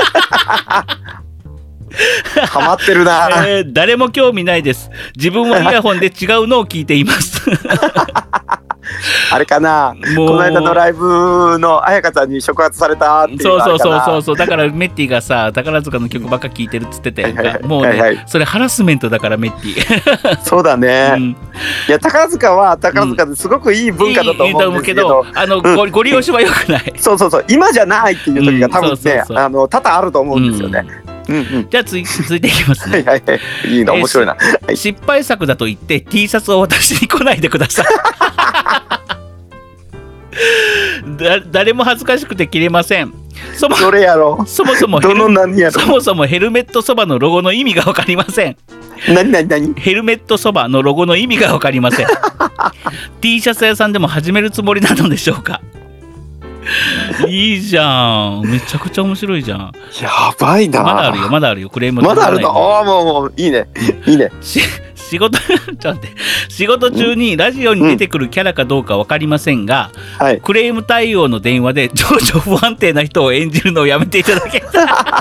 ハマってるな。 誰も興味ないです。自分はイヤホンで違うのを聞いています。 あれかな、この間のライブの彩香さんに触発されたっていうのあれかな。 そうだからメッティがさ宝塚の曲ばっか聴いてるっつってて、もうね、それハラスメントだからメッティ。 そうだね、いや宝塚は宝塚ですごくいい文化だと思うんですけど、 ご利用しは良くない。 そう今じゃないっていう時が多分ね多々あると思うんですよね。 じゃあ続いていきますね。 いいな、面白いな。 失敗作だと言って T シャツを渡しに来ないでください。誰も恥ずかしくて着れません。そもそもヘルメットそばのロゴの意味が分かりません。 何ヘルメットそばのロゴの意味が分かりません。T シャツ屋さんでも始めるつもりなのでしょうか。いいじゃん、めちゃくちゃ面白いじゃん。 やばいな。 まだあるよクレーム。 まだあるの。もういいね。 仕事中にラジオに出てくるキャラかどうか分かりませんが、クレーム対応の電話で情緒不安定な人を演じるのをやめていただけ。 平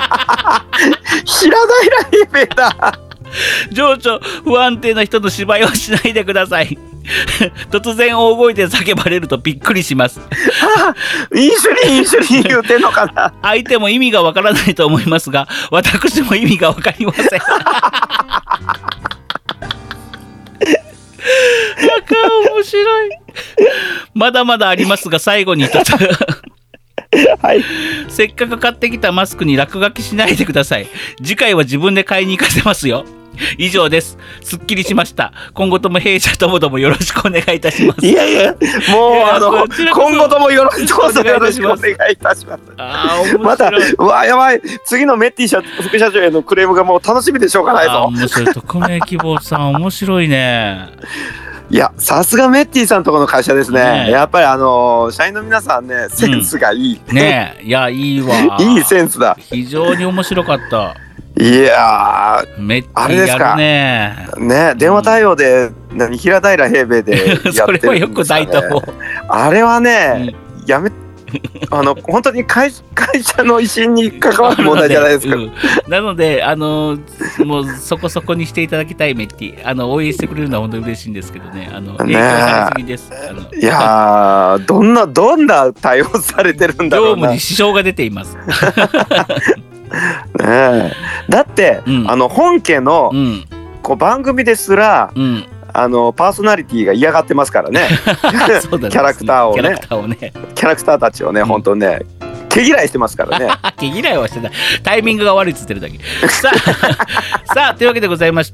平平だ。 情緒不安定な人の芝居をしないでください。突然大声で叫ばれるとびっくりします。 インシュリン言うてんのかな。 相手も意味がわからないと思いますが、私も意味がわかりません。面白い。まだまだありますが、最後に一つ。せっかく買ってきたマスクに落書きしないでください。次回は自分で買いに行かせますよ。以上です。すっきりしました。今後とも弊社ともどもよろしくお願いいたします。 いやもう今後ともよろしくお願いいたします。またやばい、次のメッティ副社長へのクレームがもう楽しみでしょうがないぞ。 面白い。匿名希望さん面白いね。 いや、さすがメッティさんとこの会社ですね。やっぱり社員の皆さんね、センスがいい。 ねえ、いや、いいわ。 いいセンスだ。 非常に面白かった。 いやー、あれですかね。 電話対応で平平平兵でやってるんですかね。 それはよくないと思う。 あれはね、やめ本当に会社の威信に関わる問題じゃないですか。 なのでもうそこそこにしていただきたいメッティ。応援してくれるのは本当に嬉しいんですけどね。影響されすぎです。 いやー、どんな対応されてるんだろうな。 業務に支障が出ています。 だって、本家の番組ですら、 ーソナリティが嫌がってますからね。 そうだね、 キャラクターをね、キャラクターたちをね、本当ね、毛嫌いしてますからね。 毛嫌いはしてない。タイミングが悪いっつってるだけ。さあというわけでございまして、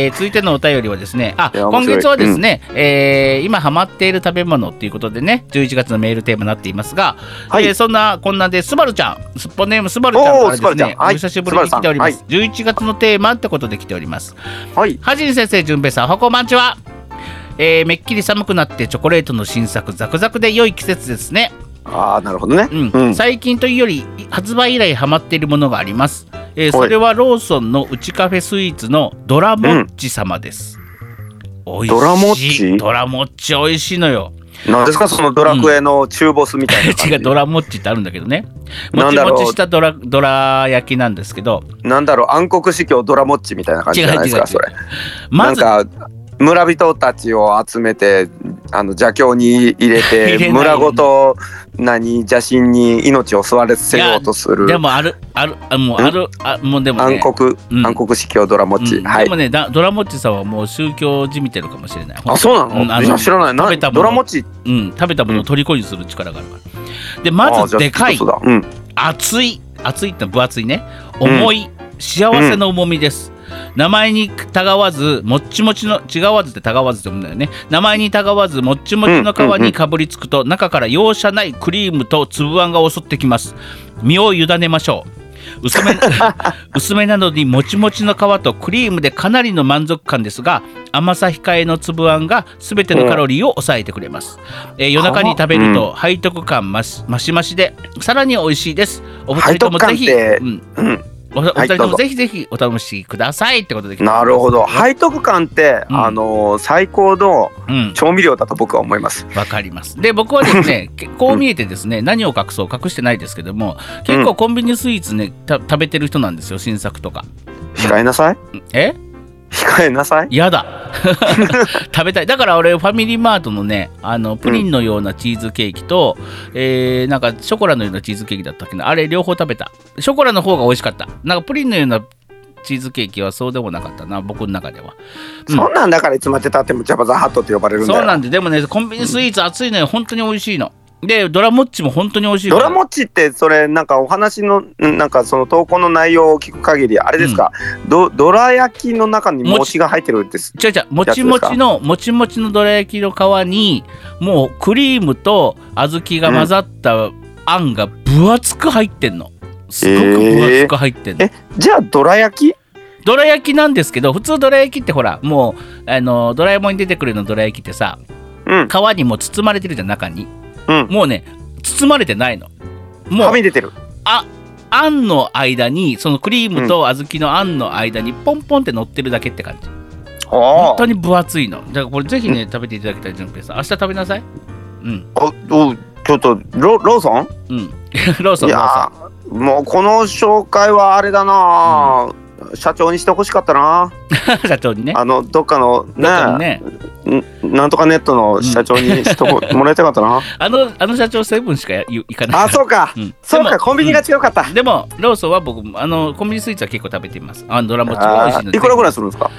続いてのお便りはですね、今月はですね、今ハマっている食べ物っていうことでね、11月のメールテーマになっていますが、そんなこんなでスバルちゃん、すっぽんネームスバルちゃんからですね、お久しぶりに来ております。11月のテーマってことで来ております。はじり先生、じゅんぺいさん、おはこんばんちは。めっきり寒くなってチョコレートの新作ザクザクで良い季節ですね。 なるほどね、 最近というより発売以来ハマっているものがあります。それはローソンのうちカフェスイーツのドラモッチ様です。おいしい。ドラモッチおいしいのよ。 何ですかそのドラクエの中ボスみたいな感じ。 違う、ドラモッチってあるんだけどね、もちもちしたドラ焼きなんですけど、 なんだろう、暗黒司教ドラモッチみたいな感じじゃないですか。それまずなんか村人たちを集めて邪教に入れて村ごと邪神に命を吸わせようとする。 でももうでもね、 暗黒司教ドラモッチ、 でもね、ドラモッチさんはもう宗教じみてるかもしれない。 そうなの？知らない。ドラモッチ、 食べたものを虜にする力があるから。でまずでかい、熱いって分厚いね、重い、幸せの重みです。名前にたがわずもっちもちの違わずってたがわずって言うんだよね。名前にたがわずもっちもちの皮にかぶりつくと、中から容赦ないクリームと粒あんが襲ってきます。身を委ねましょう。薄めなのにもちもちの皮とクリームでかなりの満足感ですが、甘さ控えの粒あんが全てのカロリーを抑えてくれます。夜中に食べると背徳感マシマシでさらに美味しいです。お二人ともぜひお二人ともぜひぜひお試しくださいってことで。 なるほど。背徳感って、最高の調味料だと僕は思います。 わかります。で僕はですねこう見えてですね、何を隠そう、隠してないですけども、結構コンビニスイーツね食べてる人なんですよ、新作とか。 控えなさい。控えなさい。 やだ食べたい。だから俺ファミリーマートのねプリンのようなチーズケーキと、なんかショコラのようなチーズケーキだったっけな、あれ両方食べた。ショコラの方が美味しかった。なんかプリンのようなチーズケーキはそうでもなかったな、僕の中では。 そんなんだからいつまでたってもジャバザハットって呼ばれるんだよ。 そうなんで、でもねコンビニスイーツ熱いのよ、本当に美味しいの。でドラモッチも本当に美味しい。 ドラモッチってそれなんかお話のなんかその投稿の内容を聞く限りあれですか、ドラ焼きの中に餅が入ってるんです。 違うもちもちのドラ焼きの皮にもうクリームと小豆が混ざったあんが分厚く入ってんの。すごく分厚く入ってんの。 じゃあドラ焼きなんですけど、普通ドラ焼きってほらもうドラえもんに出てくるのドラ焼きってさ、皮にもう包まれてるじゃん、中に。もうね包まれてないの。もうはみ出てる。 あんの間にそのクリームと小豆のあんの間にポンポンって乗ってるだけって感じ。本当に分厚いの。だからこれぜひね食べていただきたい。じゅんぺいさん明日食べなさい。 ちょっとローソンローソン。 いやもうこの紹介はあれだな、社長にしてほしかったな社長にね、 どっかのねなんとかネットの社長にしてもらいたかったな。 あの社長セブンしか行かない。 そうか、そうか、コンビニが違うかった。 でもローソンは僕コンビニスイーツは結構食べています。ドラモッチも美味しいので。 いくらぐらいするんですか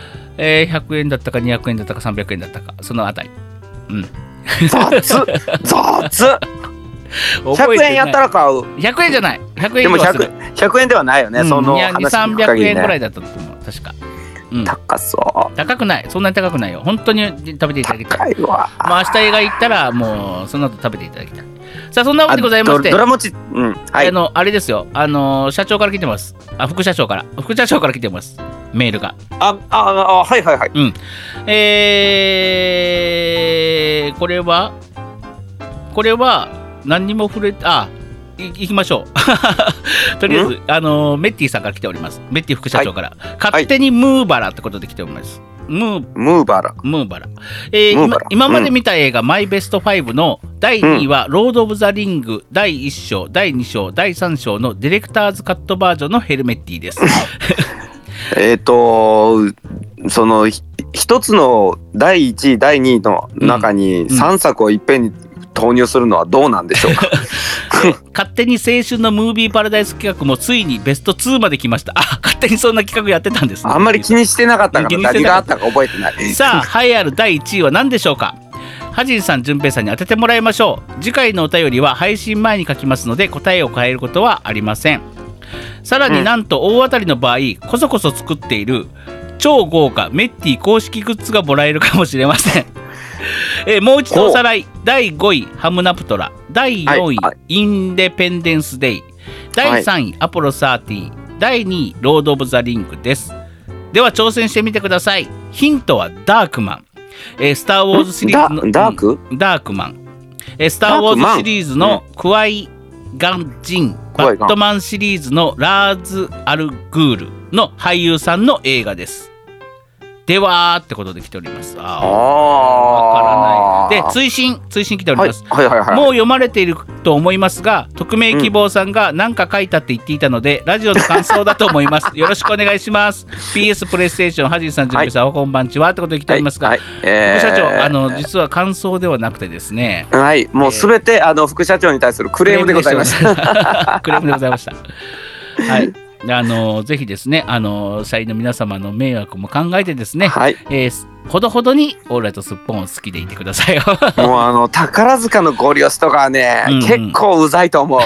？100円だったか200円だったか300円だったかそのあたり。 雑100円やったら買う。 100円じゃない。100円でも100円ではないよね。その話聞く限りね。 300円ぐらいだったと思う確か。 高そう。 高くない。そんなに高くないよ。本当に食べていただきたい。 高いわ。 明日映画行ったらもうその後食べていただきたい。さあそんなわけでございまして、 ドラモチ、 あれですよ。社長から来てます。副社長から来てます。メールが。 はい。 これは何にも触れ行きましょう。とりあえずメッティさんから来ております。メッティ副社長から、勝手にムーバラってことで来ております。ムーバラ。今まで見た映画マイベスト5の第2位はロード・オブ・ザ・リング第1章第2章第3章のディレクターズカットバージョンのヘルメッティです。 その一つの第1位第2位の中に3作をいっぺんに投入するのはどうなんでしょうか。 勝手に青春のムービーパラダイス企画もついにベスト2まで来ました。勝手にそんな企画やってたんですね。 あんまり気にしてなかったから何があったか覚えてない。 さあ栄えある第1位は何でしょうか。ハジンさん、順平さんに当ててもらいましょう。次回のお便りは配信前に書きますので答えを変えることはありません。さらになんと大当たりの場合、こそこそ作っている超豪華メッティ公式グッズがもらえるかもしれません。もう一度おさらい。第5位ハムナプトラ、第4位、インデペンデンスデイ、第3位、アポロ13、第2位ロード・オブ・ザ・リングです。では挑戦してみてください。ヒントはダークマン。スター・ウォーズシリーズのダークマン、スター・ウォーズシリーズのクワイ・ガンジン、バットマンシリーズのラーズ・アルグールの俳優さんの映画です。ではってことで来ております。わからない。で追伸来ております、もう読まれていると思いますが、匿名希望さんが何か書いたって言っていたので、ラジオの感想だと思います。よろしくお願いします。PS プレイステーション、ハジンさん、ジュンペさん、こんばんちはってことで来ておりますが、副社長、実は感想ではなくてですね、 もうすべて副社長に対するクレームでございました。 クレームでございました。はい。ぜひですね、社員の皆様の迷惑も考えてですね、ほどほどにオールライトスッポンを好きでいてくださいよ。 もう宝塚のゴリ押しとかはね、結構うざいと思う。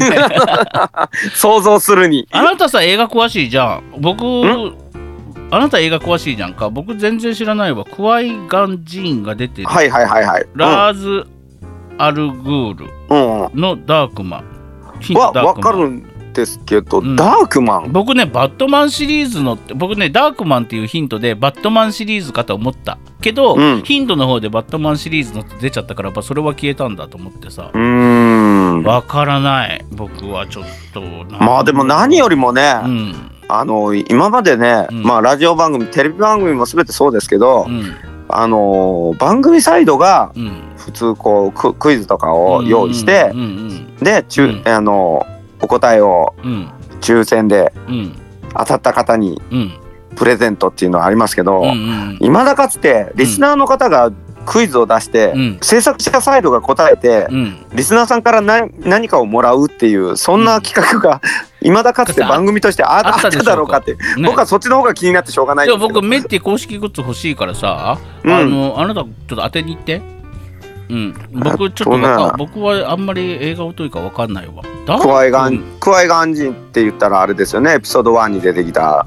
想像するに。 あなたさ映画詳しいじゃん。あなた映画詳しいじゃんか。僕全然知らないわ。クワイガンジーンが出てる、ラーズ・アルグールのダークマン。 わかるんですけど、ダークマン、 僕ねバットマンシリーズのダークマンっていうヒントでバットマンシリーズかと思ったけど、ヒントの方でバットマンシリーズのって出ちゃったから、それは消えたんだと思ってさ、わからない。僕はちょっとでも何よりもね、今までね、ラジオ番組、テレビ番組も全てそうですけど、番組サイドが普通こうクイズとかを用意して、でお答えを抽選で当たった方にプレゼントっていうのはありますけど、未だかつてリスナーの方がクイズを出して、制作者サイドが答えて、リスナーさんから何かをもらうっていう、そんな企画が未だかつて番組としてあっただろうかって、僕はそっちの方が気になってしょうがないんですけど。 僕メッティ公式グッズ欲しいからさ、あなたちょっと当てに行って。僕ちょっと僕はあんまり映画疎いか分かんないわ。 クワイガンジンって言ったらあれですよね、エピソード1に出てきた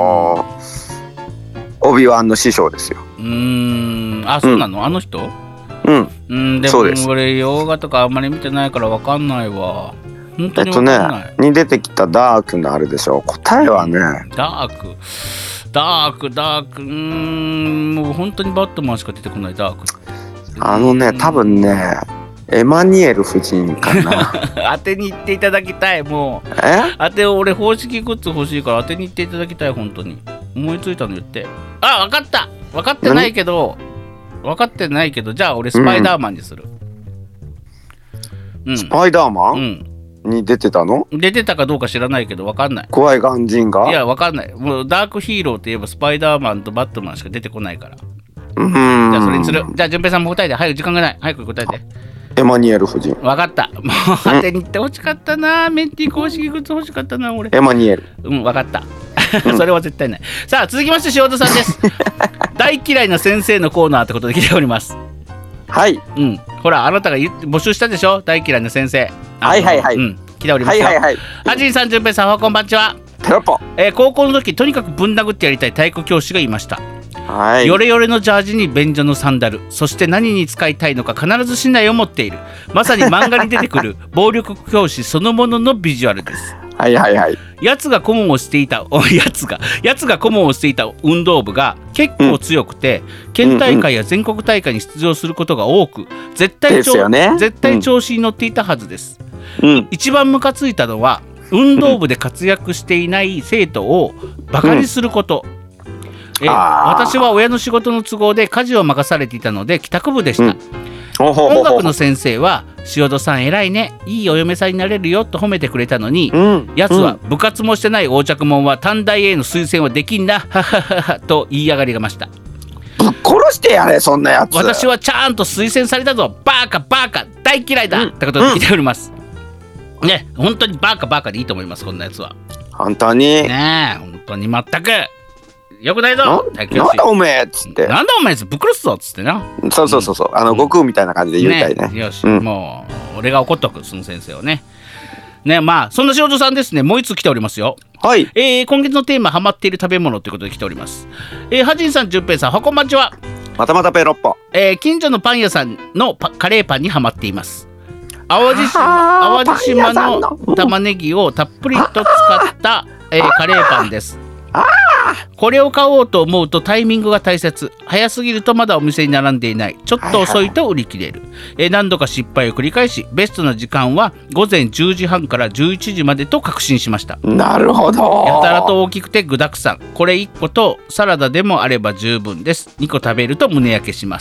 オビワンの師匠ですよ。 そうなの、あの人？でも俺洋画とかあんまり見てないから分かんないわ。本当に分かんない。 に出てきたダークのあれでしょ。答えはね、 ダーク、もう本当にバットマンしか出てこない。ダーク多分ね、エマニュエル夫人かな。 当てに行っていただきたい。もう俺方式グッズ欲しいから当てに行っていただきたい。本当に思いついたの言って。分かった。分かってないけどじゃあ俺スパイダーマンにする。 スパイダーマンに出てたの？ 出てたかどうか知らないけど分かんない。 クワイガンジンが？ いや分かんない。もうダークヒーローといえばスパイダーマンとバットマンしか出てこないから。じゃあそれにする。じゃあ順平さんも答えて。早く時間がない。早く答えて。 エマニュエル夫人。 分かった。もう当てに行ってほしかったな。メンティ公式グッズ欲しかったな俺。 エマニュエル。 分かった。それは絶対ない。さあ続きまして塩田さんです。大嫌いな先生のコーナーってことで来ております。 はい。 ほらあなたが募集したでしょ、大嫌いな先生。 来ておりますよ。 ハジンさん、順平さん、こんばんちは。高校の時とにかくぶん殴ってやりたい体育教師がいました。ヨレヨレのジャージに便所のサンダル、そして何に使いたいのか必ず竹刀を持っている、まさに漫画に出てくる暴力教師そのもののビジュアルです。やつが顧問をしていた運動部が結構強くて、県大会や全国大会に出場することが多く、絶対調子に乗っていたはずです。一番ムカついたのは運動部で活躍していない生徒をバカにすること。私は親の仕事の都合で家事を任されていたので帰宅部でした。音楽の先生は塩戸さん偉いね、いいお嫁さんになれるよと褒めてくれたのに、やつは部活もしてない横着門は短大への推薦はできんなははははと言い上がりがました。 ぶっ殺してやれそんなやつ。 私はちゃんと推薦されたぞ、バカ大嫌いだってことで来ております。 ね、本当にバカでいいと思います、こんなやつは。 本当にねえ、本当に全くよくないぞ。 なんだおめえっつって。 なんだおめえぶっ殺すぞっつってな。 そう悟空みたいな感じで言いたいね。 よし、もう俺が怒っとく、その先生をね。ね、まあそんな塩田さんですね、もう一つ来ておりますよ。 はい。 今月のテーマ、ハマっている食べ物ということで来ております。はじんさん、じゅんぺいさん、こんばんちは。 またペロッポ。 近所のパン屋さんのカレーパンにハマっています。淡路島の玉ねぎをたっぷりと使った、カレーパンです。これを買おうと思うとタイミングが大切。早すぎるとまだお店に並んでいない。ちょっと遅いと売り切れる。何度か失敗を繰り返し、ベストな時間は午前10時半から11時までと確信しました。 なるほど。 やたらと大きくて具だくさん。これ1個とサラダでもあれば十分です。2個食べると胸焼けします。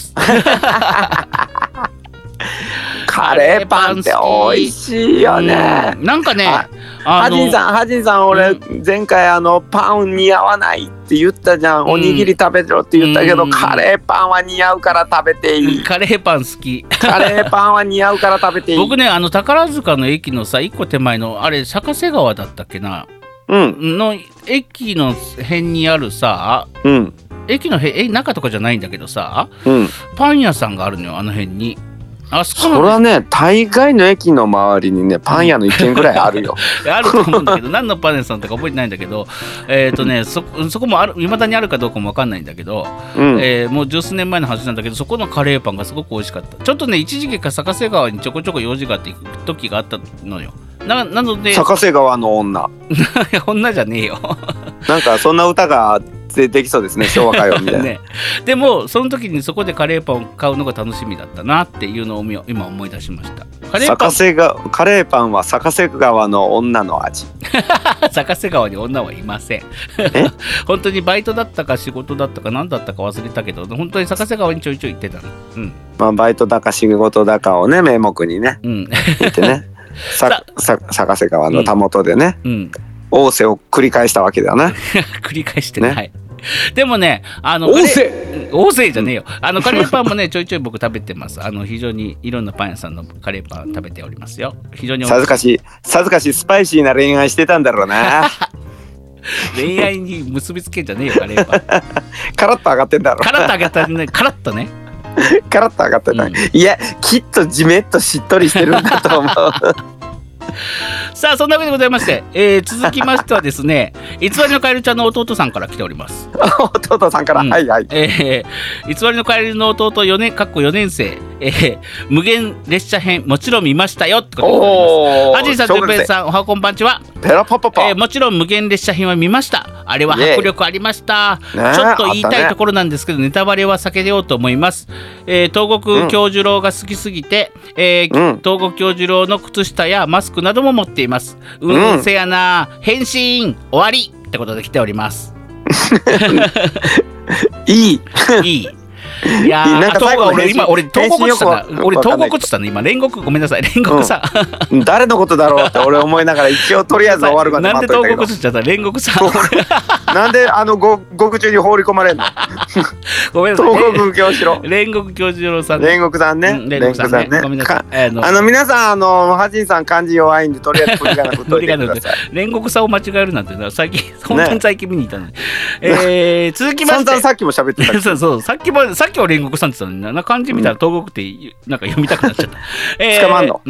カレーパンって美味しいよね。 なんかね、 はじんさん、俺前回パン似合わないって言ったじゃん。おにぎり食べろって言ったけど、カレーパンは似合うから食べていい。 カレーパン好き。 カレーパンは似合うから食べていい。 僕ね、宝塚の駅のさ、一個手前のあれ坂瀬川だったっけな、の駅の辺にあるさ、駅の中とかじゃないんだけどさ、パン屋さんがあるのよ、あの辺に。 それはね、大概の駅の周りにね、パン屋の一軒ぐらいあるよ。 あると思うんだけど、何のパン屋さんとか覚えてないんだけど、そこもいまだにあるかどうかも分かんないんだけど、もう十数年前の話なんだけど、そこのカレーパンがすごく美味しかった。ちょっとね、一時期坂瀬川にちょこちょこ用事があって行く時があったのよ。なので坂瀬川の女女じゃねえよ。 なんかそんな歌ができそうですね、昭和歌謡みたいな。 ね、でもその時にそこでカレーパンを買うのが楽しみだったなっていうのを今思い出しました。カレーパンは坂瀬川の女の味。 坂瀬川に女はいません。本当にバイトだったか仕事だったか何だったか忘れたけど、本当に坂瀬川にちょいちょい行ってたの。 まあ、バイトだか仕事だかをね、名目にね、行ってね。坂瀬川のたもとでね、仰せを繰り返したわけだよね。 繰り返してね。はい。でもね、 仰せじゃねえよ。カレーパンもね、ちょいちょい僕食べてます。非常にいろんなパン屋さんのカレーパン食べておりますよ。非常にさぞかしスパイシーな恋愛してたんだろうな。 恋愛に結びつけんじゃねえよ、カレーパン。 カラッと上がってんだろ。 カラッと上がったね。カラッとね。 カラッと上がってない。いや、きっとジメッとしっとりしてるんだと思う。 さあ、そんなわけでございまして、続きましてはですね、偽りのカエルちゃんの弟さんから来ております。 弟さんから、はいはい。 偽りのカエルの弟4年生、無限列車編もちろん見ましたよってことでございます。はじいさん、じゅんぺいさん、おはこんばんちは。 ペラパパパ。 もちろん無限列車編は見ました。あれは迫力ありました。ちょっと言いたいところなんですけど、ネタバレは避けようと思います。東国京次郎が好きすぎて、東国京次郎の靴下やマスクなども持っています。せやな、変身終わりってことで来ております。 いい。 いやー、なんか最後俺東国って言ったな。俺東国って言ったの今。煉獄、ごめんなさい、煉獄さん。誰のことだろうって俺思いながら一応とりあえず終わるまで待っといたけど。 なんで東国って言っちゃった煉獄さん。なんで獄中に放り込まれんの。 ごめんなさい。 東国京次郎。 煉獄京次郎さん。 煉獄さんね。 煉獄さんね。ごめんなさい。 皆さんはじんさん漢字弱いんでとりあえず振り仮名振っといてください。 煉獄さんを間違えるなんて最近本当に最近見に行ったのに。続きまして。 さっきも喋ってた。 そうさっきは煉獄さんって言ったのにな、漢字見たら東国ってなんか読みたくなっちゃった。 捕まんの。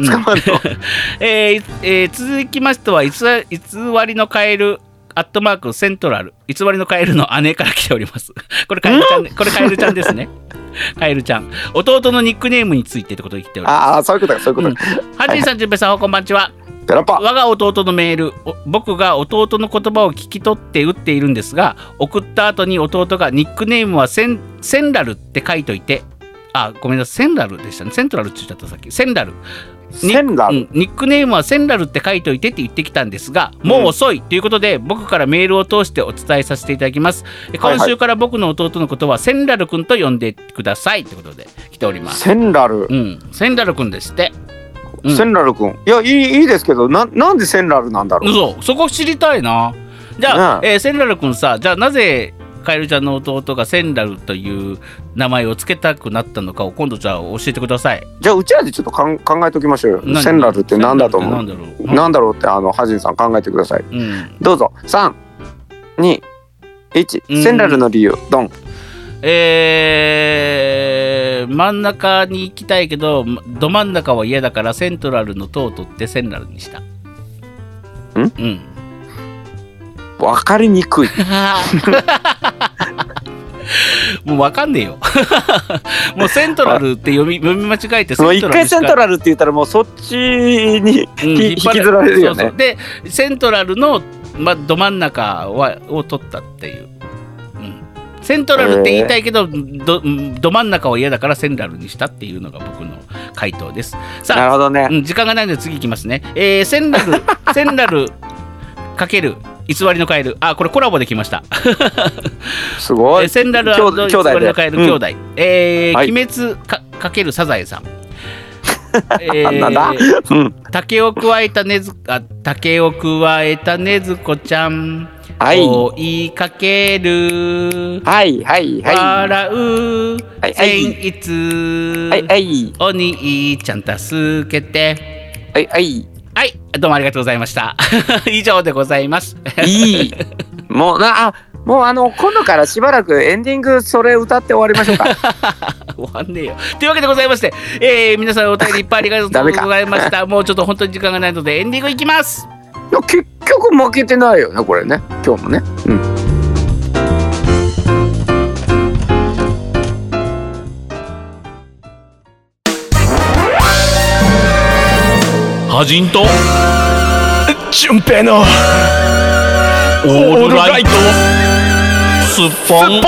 続きましては偽りのカエル@セントラル、偽りのカエルの姉から来ております。これカエルちゃん、これカエルちゃんですね。カエルちゃん、弟のニックネームについてってことで来ております。 ああ、そういうことか、そういうことか。 はじいさん、じゅんぺいさん、こんばんちは。我が弟のメール、僕が弟の言葉を聞き取って打っているんですが、送った後に弟がニックネームはセンラルって書いといて、ごめんなさい、センラルでしたね。セントラルって言っちゃったさっき。センラル。ニックネームはセンラルって書いといてって言ってきたんですが、もう遅いということで僕からメールを通してお伝えさせていただきます。今週から僕の弟のことはセンラル君と呼んでくださいということで来ております。 センラル。 センラル君ですって。 センラル君。いや、いいですけど、なんでセンラルなんだろう。 そこ知りたいな。じゃあ、センラル君さ、じゃあなぜカエルちゃんの弟がセンラルという名前を付けたくなったのかを今度じゃあ教えてください。 じゃあうちらでちょっと考えておきましょうよ。センラルって何だと思う？なんだろうってハジンさん考えてください。どうぞ。3、2、1。センラルの理由ドン。 真ん中に行きたいけどど真ん中は嫌だからセントラルの塔を取ってセンラルにした。 分かりにくい。 もう分かんねえよ。もうセントラルって読み間違えてもう一回セントラルって言ったらもうそっちに引きずられるよね。 そうでセントラルの、ど真ん中を取ったっていう。セントラルって言いたいけど、ど真ん中は嫌だからセンラルにしたっていうのが僕の回答です。さあ、 なるほどね。 時間がないので次いきますね。センラルかける偽りのカエル。これコラボできました。 すごい。 センラル兄弟偽りのカエル兄弟。鬼滅かけるサザエさん。 なんだ？ 竹をくわえたねずこちゃん。追いかける。笑う。善逸。お兄ちゃん助けて。はい、どうもありがとうございました。以上でございます。 もう今度からしばらくエンディングそれ歌って終わりましょうか。 終わんねえよ。というわけでございまして、皆さんお便りいっぱいありがとうございました。もうちょっと本当に時間がないのでエンディングいきます。 結局負けてないよねこれね今日もね。 ハジンと純平のオールライトスッポン。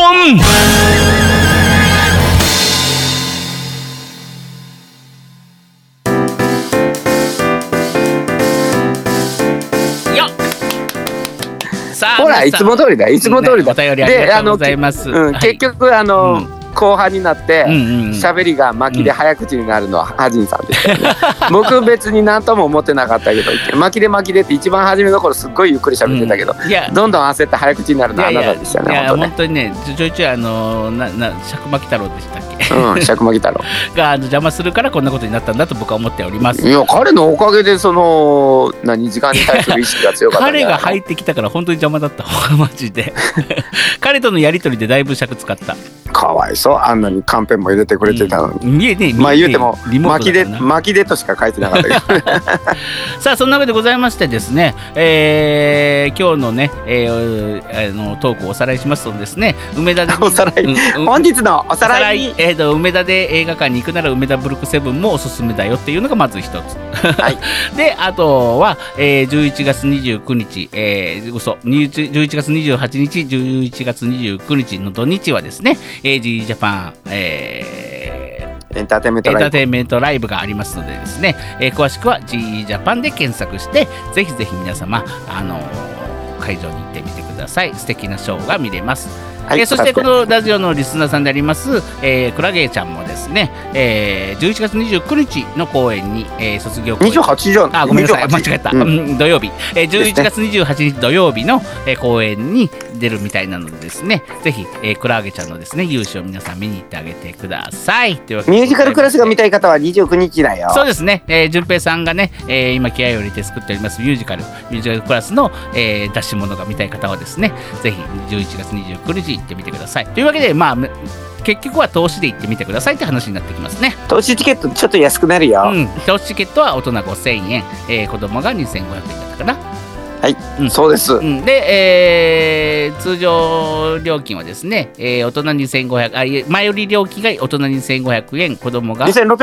ほらいつも通りだ。 お便りありがとうございます。 結局後半になって喋りが巻きで早口になるのはハジンさんでしたよね。僕別に何とも思ってなかったけど巻きでって一番初めの頃すっごいゆっくり喋ってたけど、どんどん焦って早口になるのはあなたでしたね。 本当にねちょいちょい尺巻太郎でしたっけ。 尺巻太郎が邪魔するからこんなことになったんだと僕は思っております。 いや彼のおかげで時間に対する意識が強かった。 彼が入ってきたから本当に邪魔だったマジで。彼とのやり取りでだいぶ尺使った。 かわいそう。あんなにカンペも入れてくれてたのに。言うても巻きでとしか書いてなかったけど。 さあそんなわけでございましてですね、今日のね、トークをおさらいしますとですね、梅田でおさらい、本日のおさらい、 梅田で映画館に行くなら梅田ブルクセブンもおすすめだよっていうのがまず一つ。であとは、11月29日、11月28日11月29日の土日はですね、G ジャパン、エンターテインメントライブがありますのでですね、詳しくは G ジャパンで検索してぜひぜひ皆様、会場に行ってみてください。素敵なショーが見れます。そしてこのラジオのリスナーさんであります、クラゲちゃんもですね、11月29日の公演に、卒業公演 28じゃん。 ごめんなさい間違えた、土曜日、11月28日土曜日の、公演に出るみたいなのでですね、ぜひ、クラゲちゃんのですね優勝皆さん見に行ってあげてください。というわけでミュージカルクラスが見たい方は29日だよ。 そうですね、順平さんがね、今気合を入れて作っておりますミュージカルクラスの、出し物が見たい方はですね、ぜひ11月29日行ってみてください。というわけで結局は投資で行ってみてくださいって話になってきますね。 投資チケットちょっと安くなるよ。 投資チケットは大人5000円、子供が2500円だったかな。 はい、そうです。 で、通常料金はですね、大人2500前売り料金が大人2500円、子供が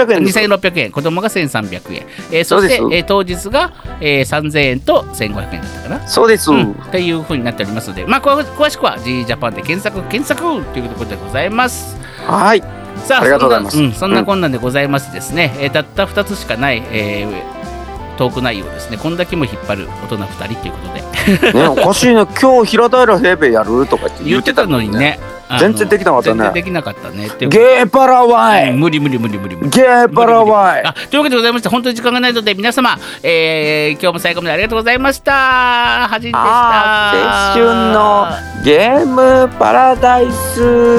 2600円、子供が1300円、そして、当日が、3000円と1500円だったかな。 そうです、 っていう風になっておりますので、詳しくは G ジャパンで検索ということでございます。 はい。 さあ、ありがとうございます。そんなこんなんでございますですね、たった2つしかない、トーク内容ですね。こんだけも引っ張る大人2人ということで。 おかしいね。今日平平平兵衛やるとか言ってたのにね。 全然できなかったね。 全然できなかったね。 ゲーパラワイ。 無理。ゲーパラワイ。 というわけでございまして、本当に時間がないので皆様、今日も最後までありがとうございました。はじんでした。 青春のゲームパラダイス。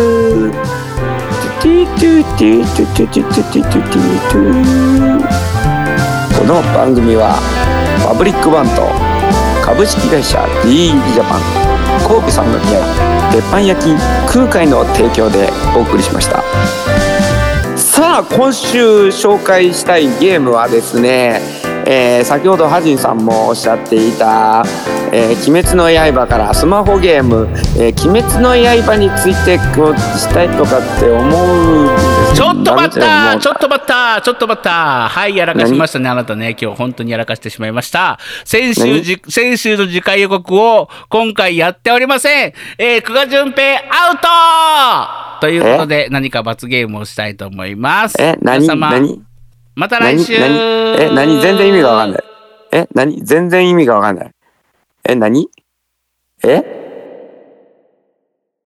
この番組はパブリックバンド株式会社 D ジャパン神戸三宮鉄板焼き空海の提供でお送りしました。さあ今週紹介したいゲームはですね、先ほどハジンさんもおっしゃっていた、鬼滅の刃からスマホゲーム、鬼滅の刃についてしたいとかって思うんですけど、 ちょっと待ったはい、やらかしましたね。あなたね、今日本当にやらかしてしまいました。先週の次回予告を今回やっておりません。久我淳平アウトということで、何か罰ゲームをしたいと思います。 何また来週。 何全然意味がわかんない。何全然意味がわかんない。何